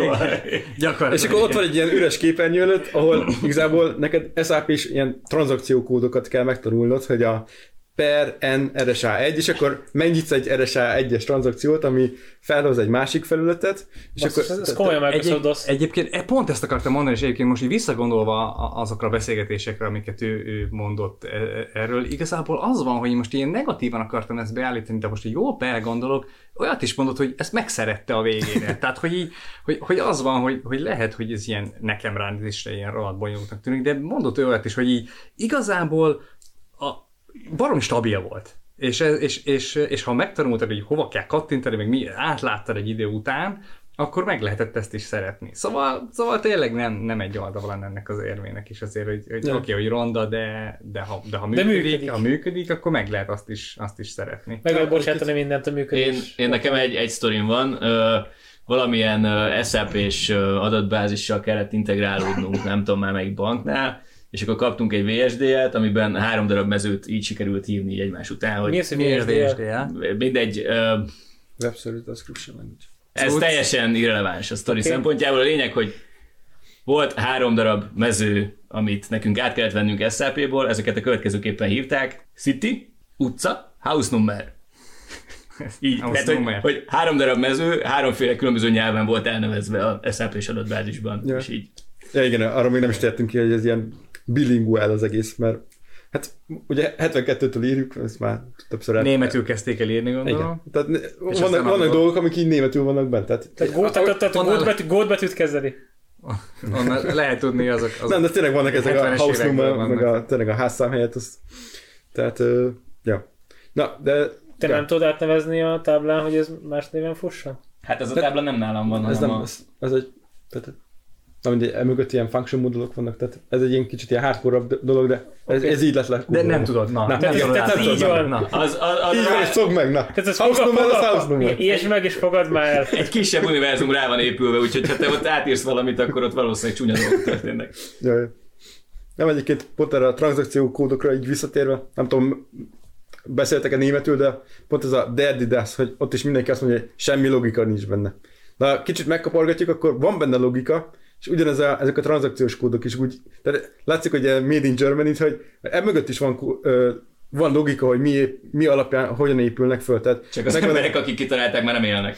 és akkor ott van egy ilyen üres képernyő előtt, ahol igazából neked es á pé-s ilyen tranzakciókódokat kell megtanulnod, hogy a per n er es á egy, és akkor megnyitsz egy er es á egyes tranzakciót, ami felhoz egy másik felületet, és Basz, akkor... Ez, ez komolyan Egyéb, egyébként pont ezt akartam mondani, és egyébként most így visszagondolva azokra a beszélgetésekre, amiket ő, ő mondott erről, igazából az van, hogy én most ilyen negatívan akartam ezt beállítani, de most így jól belegondolok, olyat is mondott, hogy ezt megszerette a végére. Tehát, hogy, így, hogy, hogy az van, hogy, hogy lehet, hogy ez ilyen nekem ránézésre ilyen rohadt bonyolultnak tűnik, de mondott ő olyat is, hogy így igazából a baromi stabil volt. És, és, és, és ha megtanultad, hogy hova kell kattintani, meg mi átláttad egy idő után, akkor meg lehetett ezt is szeretni. Szóval, szóval tényleg nem, nem egy oldalon ennek az érvének is azért, hogy, hogy oké, okay, hogy ronda, de, de, ha, de, ha, működik, de működik, ha működik, akkor meg lehet azt is, azt is szeretni. Meg lehet bocsátani mindent a működés. Én, én nekem egy, egy sztorim van. Ö, valamilyen es á pé-s adatbázissal kellett integrálódnunk, nem tudom már melyik banknál, és akkor kaptunk egy vé es dé-et, amiben három darab mezőt így sikerült hívni egymás után. Hogy mi az, hogy vé es dé? Mindegy. Uh, Web Service Description Language. Ez teljesen irreleváns a sztori okay. szempontjából. A lényeg, hogy volt három darab mező, amit nekünk át kellett vennünk es á pé-ból, ezeket a következőképpen hívták. City, utca, house number. Így, tehát, hogy, hogy három darab mező, háromféle különböző nyelven volt elnevezve a es á pé-s adatbázisban. Ja. És így. Ja igen, arra még nem is tettünk ki, hogy ez ilyen bilinguál az egész, mert hát ugye hetvenkettőtől írjuk, ezt már többször el... Németül kezdték el írni, gondolom. Igen. Tehát vannak, vannak dolgok, amik így németül vannak bent. Tehát, tehát gótbetűt kezdeni. Lehet tudni azok... azok nem, de tényleg vannak ezek a house number, meg a, tényleg a házszám helyett. Az, tehát, uh, ja. Na, de... Te ja. nem tudod átnevezni a táblán, hogy ez más néven fusson? Hát ez a tábla nem nálam van, ez hanem nem, a... Ez, ez egy... Tehát, Na mindegy, emögött ilyen function modulok vannak, tehát ez egy ilyen kicsit ilyen hardcore dolog, de ez, okay. ez így lett le. De nem tudod, na. na tehát nem, tehát nem, így nem, van. na. Az, az, az így van, és szokd meg, na. Tehát ez house number, az house number. Ilyes meg is fogad már el. Egy kisebb univerzum rá van épülve, úgyhogy ha te ott átírsz valamit, akkor ott valószínűleg csúnya dolgok történnek. Jaj. Nem egyébként pont erre a tranzakció kódokra így visszatérve, nem tudom, beszéltek-e németül, de pont ez a dirty das, hogy ott is mindenki azt mondja, hogy semmi logika nincs benne. Na, kicsit megkapargatjuk, akkor van benne logika, és ugyanez a, ezek a tranzakciós kódok is úgy, tehát látszik, hogy Made in Germany, hogy emögött is van, van logika, hogy mi, mi alapján, hogyan épülnek föl. Tehát csak az emberek, akik kitalálták, már nem élnek.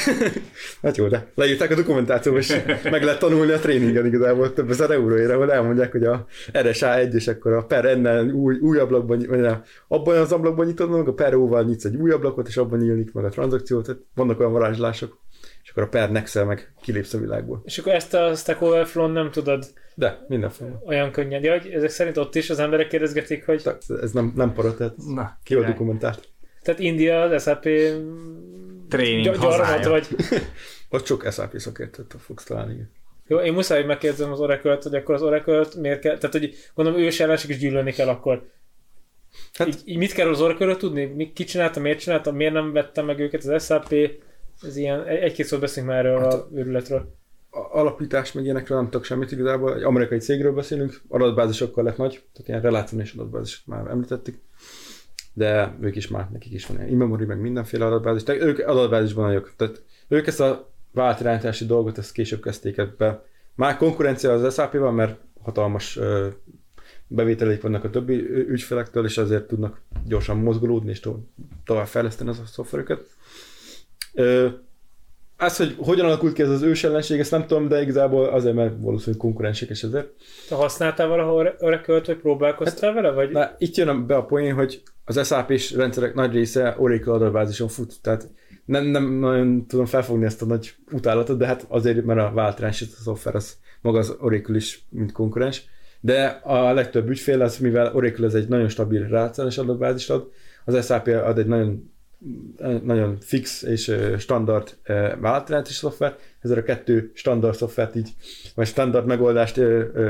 Hát jó, de leírták a dokumentációba, és meg lehet tanulni a tréningen igazából több ezer euróért, ahol elmondják, hogy a er es á egy, és akkor a per ennel új, új ablakban, vagy abban az ablakban nyitod meg, a per ó-val nyitsz egy új ablakot, és abban nyílik meg a tranzakciót, tehát vannak olyan varázslások, és akkor a per nexel meg kilépsz a világból. És akkor ezt a Stack Overflow-n nem tudod de, mindenféle. Olyan könnyen. Ja, hogy ezek szerint ott is az emberek kérdezgetik, hogy... Ez nem, nem para, tehát na, ki a dokumentárt. Tehát India, az es á pé tréning hazája. Vagy... Ott sok es á pé szakértőt fogsz találni. Igen. Jó, én muszáj, hogy megkérdezem az Oracle-t, hogy akkor az Oracle-t miért kell... Tehát, hogy gondolom ős ellenség is gyűlölni kell akkor. Hát... Így, így mit kell az Oracle-ről tudni? Mi, ki csinálta, miért csinálta, miért nem vette meg őket az es á pé? Ez ilyen, egy-két szót beszélünk már erről hát, a őrületről. Alapítás meg ilyenekről nem tudok semmit igazából. Egy amerikai cégről beszélünk, adatbázisokkal lett nagy, tehát ilyen relációs adatbázis már említettük, de ők is már, nekik is van ilyen in-memory, meg mindenféle adatbázis, tehát ők adatbázisban nagyok. Tehát ők ezt a vállalatirányítási dolgot, ezt később kezdték be. Már konkurencia az es á pé-val, mert hatalmas uh, bevételeik vannak a többi ügyfelektől, és azért tudnak gyorsan mozgolódni és to- tovább fejleszteni az a szoftverüket. Uh, Az, hogy hogyan alakult ki ez az ős ellenség, ezt nem tudom, de igazából azért, mert valószínűleg konkurensek és ezért. Te használtál valahol Oracle-t, vagy próbálkoztál hát, vele? Vagy? Na, itt jön be a poén, hogy az es á pés rendszerek nagy része Oracle adatbázison fut, tehát nem, nem nagyon tudom felfogni ezt a nagy utálatot, de hát azért, mert a vállalatirányító szoftver az maga az Oracle is, mint konkurens. De a legtöbb ügyfél az, mivel Oracle ez egy nagyon stabil relációs adatbázist ad, az es á pé ad egy nagyon nagyon fix és standard vállalatirányítási szoftver, ezzel a kettő standard szoftvert így, vagy standard megoldást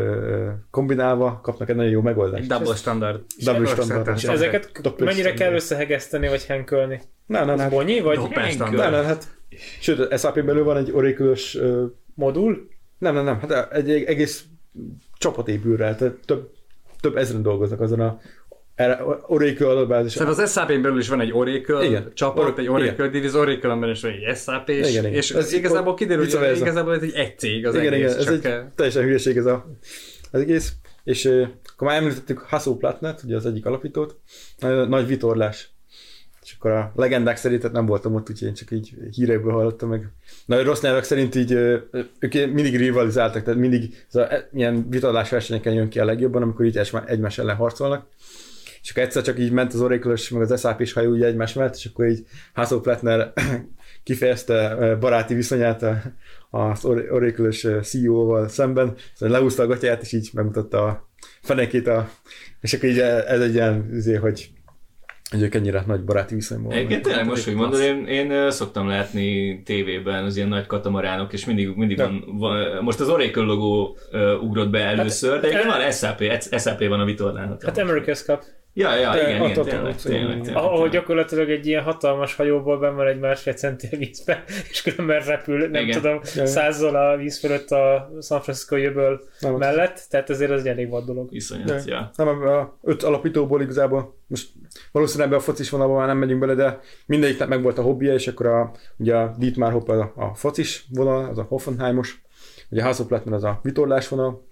kombinálva kapnak egy nagyon jó megoldást. Double standard. Double standard. És ezeket mennyire kell összehegeszteni, vagy hankölni? Nem, nem, hát. Bonyi, vagy? Nem, nem, hát. Sőt, az es á pé belül van egy Oracle-ös modul? Nem, nem, nem, hát egy egész csapat épül rá, tehát több, több ezren dolgoznak azon a Oracle adatbázis. Tehát az es á pén belül is van egy Oracle igen. csapat, Or- egy Oracle diviz, Oracle-en belül is van egy es á pé, és, igen, és ez igazából kiderül, hogy igazából ez egy egy cég az igen, egész. Igen, csak ez egy teljesen hülyeség ez a, az egész. És uh, akkor már említettük Hasso Plattnert, ugye az egyik alapítót, nagy, nagy vitorlás. És akkor a legendák szerint hát nem voltam ott, úgyhogy én csak így hírekből hallottam meg. Na, rossz nyelvek szerint így ők mindig rivalizáltak, tehát mindig ez a, ilyen vitorlás versenyeken jön ki a legjobban, amikor így egymás ellen harcolnak. És akkor egyszer csak így ment az Oracle-ös, meg az es á pés hajó így egymás mellett, és akkor így Hasso Plattner kifejezte baráti viszonyát az Oracle-ös cé e ó-val szemben, szóval lehúzta a gatyát, és így megmutatta a fenekét, a, és akkor így ez egy ilyen, azért, hogy hogy ők ennyire nagy baráti viszonyban. Egyébként tényleg most, hogy mondod, én, én szoktam látni tévében az ilyen nagy katamaránok, és mindig, mindig van, van, most az Oracle logó uh, ugrott be először, hát, de egyébként van es á pé, es á pé van a vitorlán. Hát America's Cup. Ja, ja, igen, igen, igen, tényleg, tényleg, tényleg. Ahol gyakorlatilag egy ilyen hatalmas hajóból benn van egy másfél centi a vízbe, és különben repül, nem igen. tudom, százzal a víz fölött a San Francisco jövőből mellett, tehát ezért ez egy elég vad dolog. Iszonyat, ja. Nem, a öt alapítóból igazából, most valószínűleg ebbe a focis vonalban már nem megyünk bele, de mindegyiknek meg volt a hobbija, és akkor a, ugye a Dietmar Hopp a, a focis vonal, az a Hoffenheimos, ugye a Hasso Plattner az a vitorlás vonal,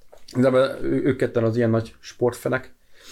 de ők ketten az ilyen nagy sportfenek.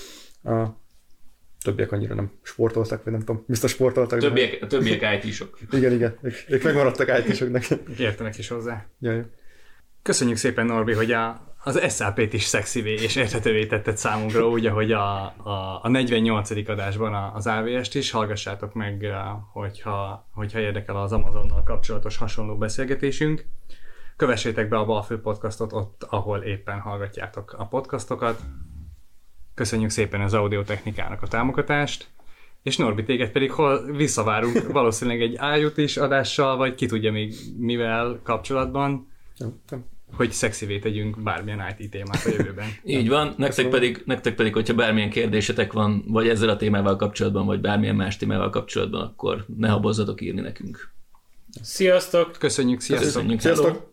A többiek annyira nem sportoltak, vagy nem tudom, biztos sportoltak. Többiek, de... többiek í té-sok. Igen, igen, ők, ők megmaradtak í té-soknak. Értenek is hozzá. Jaj. Köszönjük szépen, Norbi, hogy a, az es á pét is szexivé és érthetővé tetted számunkra, úgy, ahogy a, a, a negyvennyolcadik adásban az á vé est is. Hallgassátok meg, hogyha, hogyha érdekel az Amazonnal kapcsolatos hasonló beszélgetésünk. Kövessétek be a Balfő podcastot ott, ahol éppen hallgatjátok a podcastokat. Köszönjük szépen az audiotechnikának a támogatást, és Norbi, téged pedig hol visszavárunk valószínűleg egy ájút is adással, vagy ki tudja még mivel kapcsolatban. Nem, nem. hogy szexivé tegyünk bármilyen i té témát a jövőben. Így van, nektek pedig, nektek pedig, hogyha bármilyen kérdésetek van, vagy ezzel a témával kapcsolatban, vagy bármilyen más témával kapcsolatban, akkor ne habozzatok írni nekünk. Sziasztok! Köszönjük, sziasztok! Köszönjük, Sziasztok!